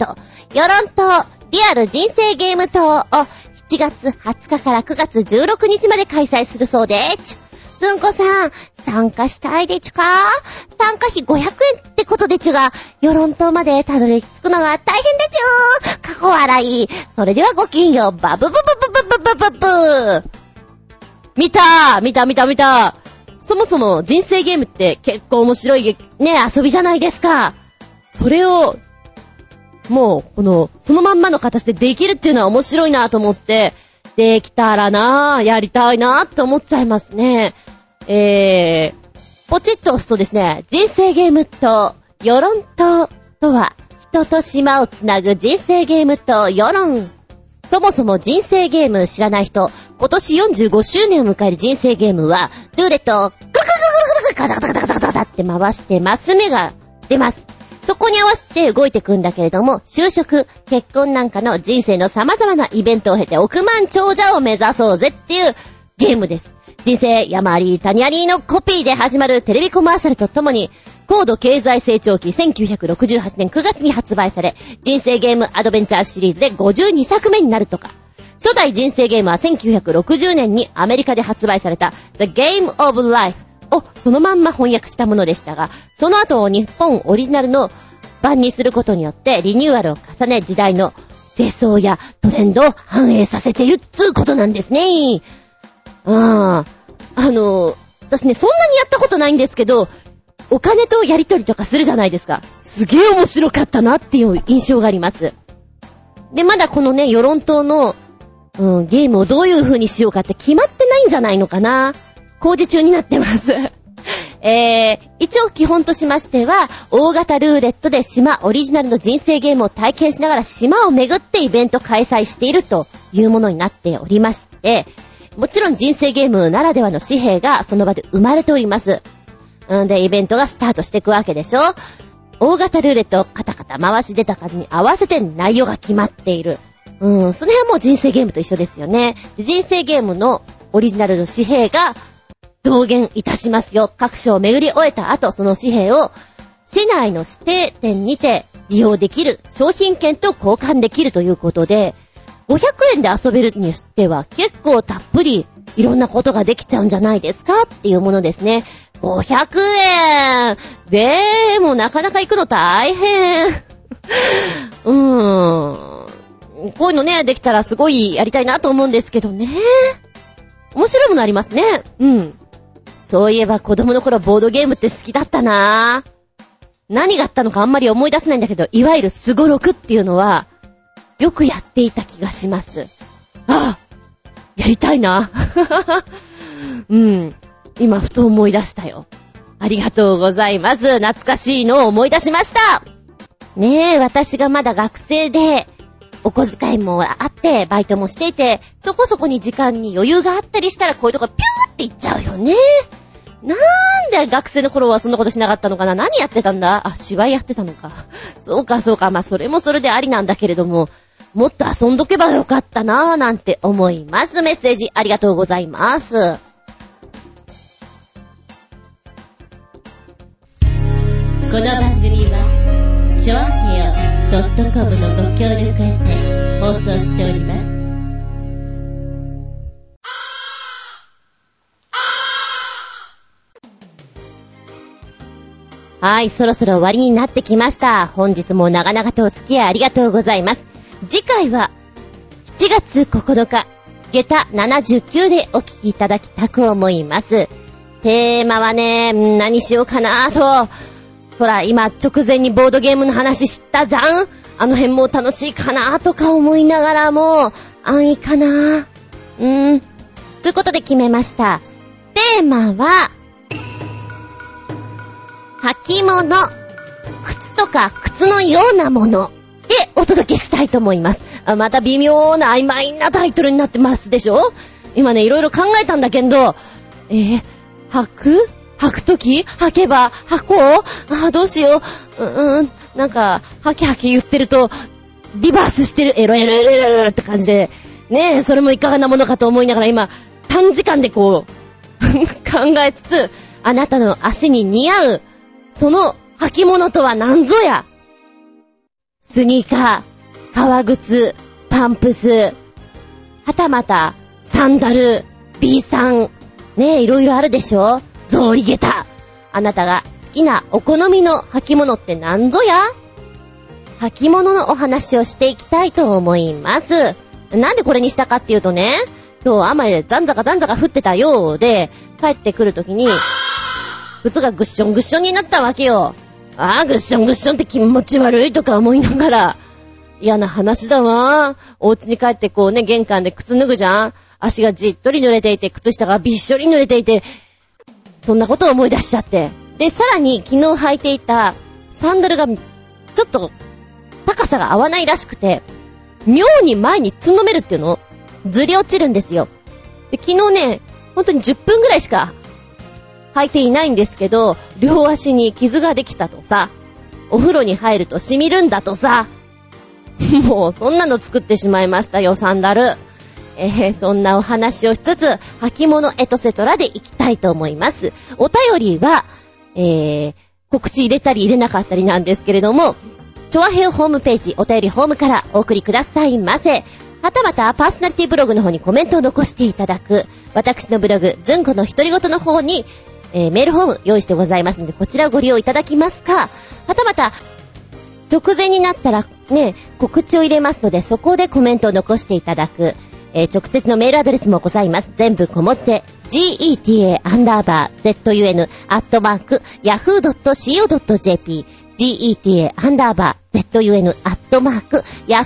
Speaker 1: 世論党リアル人生ゲーム党をしちがつはつかからくがつじゅうろくにちまで開催するそうでちゅ。ずんこさん、参加したいでちゅか？参加費ごひゃくえんってことでちゅが、世論党までたどり着くのが大変でちゅ。過去笑い。それではごきげんよう。バブブブブブブブブブ。見た見た見た見た。そもそも人生ゲームって結構面白いね、遊びじゃないですか。それを、もう、この、そのまんまの形でできるっていうのは面白いなと思って、できたらなぁ、やりたいなぁって思っちゃいますね。えー、ポチッと押すとですね、人生ゲームと世論党とは、人と島をつなぐ人生ゲームと世論。そもそも人生ゲーム知らない人、今年よんじゅうごしゅうねんを迎える人生ゲームは、ルーレットをグルグルグルグルグルガタガタガタガタガタって回してマス目が出ます。そこに合わせて動いていくんだけれども、就職、結婚なんかの人生の様々なイベントを経て億万長者を目指そうぜっていうゲームです。人生山あり谷ありのコピーで始まるテレビコマーシャルとともに、高度経済成長期せんきゅうひゃくろくじゅうはちねんくがつに発売され、人生ゲームアドベンチャーシリーズでごじゅうにさくめになるとか。初代人生ゲームはせんきゅうひゃくろくじゅうねんにアメリカで発売された The Game of Life をそのまんま翻訳したものでしたが、その後を日本オリジナルの版にすることによってリニューアルを重ね、時代の世相やトレンドを反映させているっつうことなんですね。ああ、あの、私ね、そんなにやったことないんですけど、お金とやり取りとかするじゃないですか。すげえ面白かったなっていう印象があります。で、まだこのね、世論党の、うん、ゲームをどういう風にしようかって決まってないんじゃないのかな。工事中になってます。えー、一応基本としましては、大型ルーレットで島オリジナルの人生ゲームを体験しながら島を巡ってイベント開催しているというものになっておりまして、もちろん人生ゲームならではの紙幣がその場で生まれております。んで、イベントがスタートしていくわけでしょ。大型ルーレットをカタカタ回し出た数に合わせて内容が決まっている。うん、その辺はもう人生ゲームと一緒ですよね。人生ゲームのオリジナルの紙幣が増減いたしますよ。各所を巡り終えた後、その紙幣を市内の指定店にて利用できる、商品券と交換できるということで、ごひゃくえんで遊べるにしては結構たっぷりいろんなことができちゃうんじゃないですかっていうものですね。ごひゃくえんでもなかなか行くの大変。うーん。こういうのね、できたらすごいやりたいなと思うんですけどね。面白いものありますね。うん。そういえば子供の頃ボードゲームって好きだったな。何があったのかあんまり思い出せないんだけど、いわゆるスゴロクっていうのはよくやっていた気がします。ああ、やりたいな。うん。今ふと思い出したよ。ありがとうございます。懐かしいのを思い出しました。ねえ、私がまだ学生でお小遣いもあってバイトもしていて、そこそこに時間に余裕があったりしたらこういうとこピューって行っちゃうよね。なんで学生の頃はそんなことしなかったのかな。何やってたんだ。あ、芝居やってたのか。そうかそうか。まあそれもそれでありなんだけれども、もっと遊んどけばよかったなぁなんて思います。メッセージありがとうございます。この番組はチョアヘオ .com のご協力へて放送しております。はい、そろそろ終わりになってきました。本日も長々とお付き合いありがとうございます。次回はしちがつここのか、下駄ななじゅうきゅうでお聞きいただきたく思います。テーマはね、何しようかなと。ほら、今直前にボードゲームの話知ったじゃん。あの辺も楽しいかなとか思いながらも、安易かな。うーん。ということで決めました。テーマは、履物、靴とか靴のようなものでお届けしたいと思います。あ、また微妙な曖昧なタイトルになってますでしょ。今ね、いろいろ考えたんだけど、えー、履く履くとき履けば履こうあ、どうしよう。うーん、なんか、履け履け言ってると、リバースしてる、エロエロエロエロエロって感じで、ねえ、それもいかがなものかと思いながら今、短時間でこう、考えつつ、あなたの足に似合う、その履物とは何ぞや。スニーカー、 革靴、パンプス、はたまたサンダル、B さん、ねえ、いろいろあるでしょ。草履下駄。あなたが好きなお好みの履物って何ぞや？履物のお話をしていきたいと思います。なんでこれにしたかっていうとね、今日雨でざんざかざんざか降ってたようで、帰ってくるときに、靴がぐっしょんぐっしょんになったわけよ。ああ、ぐっしょんぐっしょんって気持ち悪いとか思いながら、嫌な話だわ。お家に帰ってこうね、玄関で靴脱ぐじゃん。足がじっとり濡れていて、靴下がびっしょり濡れていて、そんなことを思い出しちゃって。で、さらに昨日履いていたサンダルがちょっと高さが合わないらしくて、妙に前につんのめるっていうのずり落ちるんですよ。で、昨日ね、本当にじゅっぷんぐらいしか履いていないんですけど、両足に傷ができたとさ、お風呂に入ると染みるんだとさ、もうそんなの作ってしまいましたよ、サンダル。えー、そんなお話をしつつ、履物エトセトラでいきたいと思います。お便りは、えー、告知入れたり入れなかったりなんですけれども、チョアヘオホームページ、お便りホームからお送りくださいませ。はたまたパーソナリティブログの方にコメントを残していただく、私のブログ、ずんこの独り言の方に、えー、メールフォーム用意してございますので、こちらをご利用いただきますか、はたまた、直前になったらね、告知を入れますので、そこでコメントを残していただく、えー、直接のメールアドレスもございます。全部小文字で geta アンダーバー zun アットマーク yahoo.co.jp geta アンダーバー zun アットマーク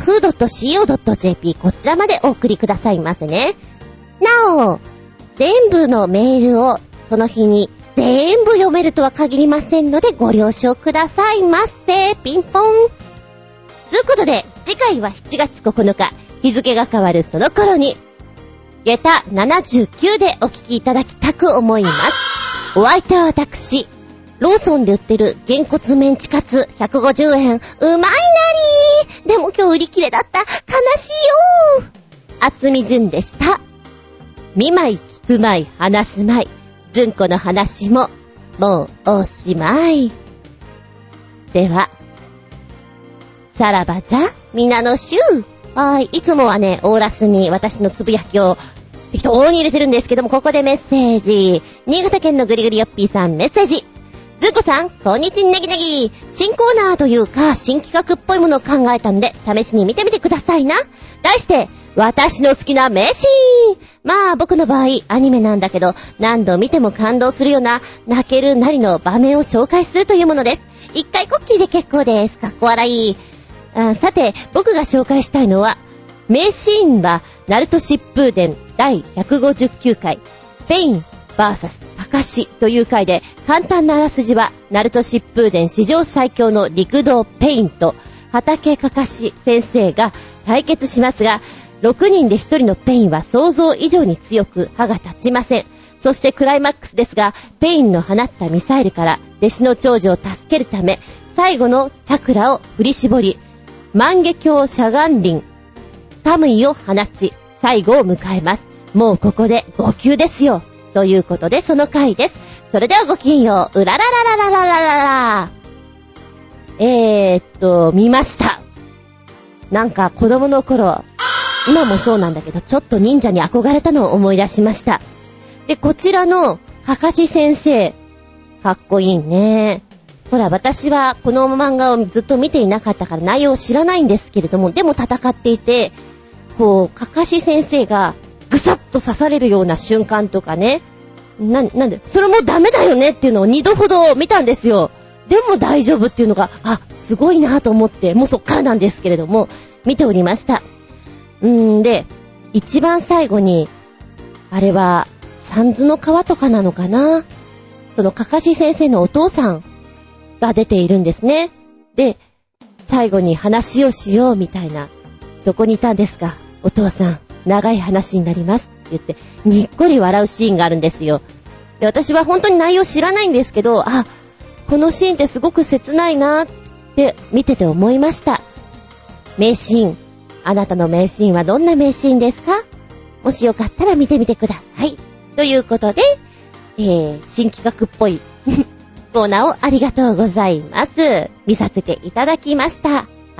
Speaker 1: yahoo.co.jp こちらまでお送りくださいませね。なお、全部のメールをその日に全部読めるとは限りませんのでご了承くださいませ。ピンポン。ということで、次回はしちがつここのか、日付が変わるその頃に、下駄ななじゅうきゅうでお聞きいただきたく思います。お相手は私、ローソンで売ってるげんこつメンチカツひゃくごじゅうえん、うまいなりー。でも今日売り切れだった。悲しいよー。厚みじゅんでした。見舞い聞く舞い話す舞い、ずんこの話ももうおしまい。では、さらばじゃ皆の衆。はい、いつもはね、オーラスに私のつぶやきを適当に入れてるんですけども、ここでメッセージ。新潟県のぐりぐりよっぴーさん、メッセージ。ずんこさん、こんにちは、ネギネギ。新コーナーというか、新企画っぽいものを考えたんで、試しに見てみてくださいな。題して、私の好きな名シーン。まあ、僕の場合、アニメなんだけど、何度見ても感動するような、泣けるなりの場面を紹介するというものです。一回こっきりで結構です。かっこ笑い。あ、さて、僕が紹介したいのは、名シーンは、ナルト疾風伝第ひゃくごじゅうきゅうかい、ペイン ブイエス カカシという回で、簡単なあらすじは、ナルト疾風伝史上最強の陸道ペインと、畑カカシ先生が対決しますが、ろくにんでひとりのペインは想像以上に強く歯が立ちません。そしてクライマックスですが、ペインの放ったミサイルから弟子の長女を助けるため、最後のチャクラを振り絞り、万華鏡しゃがんりん、タムイを放ち、最後を迎えます。もうここで号泣ですよ。ということでその回です。それではごきげんよう。うらららららららら。えーっと、見ました。なんか子供の頃、今もそうなんだけど、ちょっと忍者に憧れたのを思い出しました。で、こちらのカカシ先生、かっこいいね。ほら、私はこの漫画をずっと見ていなかったから内容を知らないんですけれども、でも戦っていて、こう、カカシ先生がぐさっと刺されるような瞬間とかね、な、なんで、それもダメだよねっていうのを二度ほど見たんですよ。でも大丈夫っていうのが、あ、すごいなと思って、もうそっからなんですけれども、見ておりました。うーんで、一番最後に、あれは、三途の川とかなのかな、そのカカシ先生のお父さんが出ているんですね。で、最後に話をしようみたいな、そこにいたんですが、お父さん、長い話になりますって言って、にっこり笑うシーンがあるんですよ。で、私は本当に内容知らないんですけど、あ、このシーンってすごく切ないなって見てて思いました。名シーン、あなたの名シーンはどんな名シーンですか？もしよかったら見てみてください。ということで、えー、新企画っぽいコーナーをありがとうございます。見させていただきました。あ、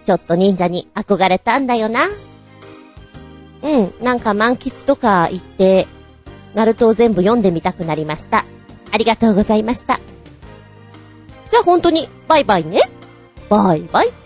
Speaker 1: ちょっと忍者に憧れたんだよな。うん、なんか満喫とか行って、ナルトを全部読んでみたくなりました。ありがとうございました。じゃあ本当に、バイバイね。バイバイ。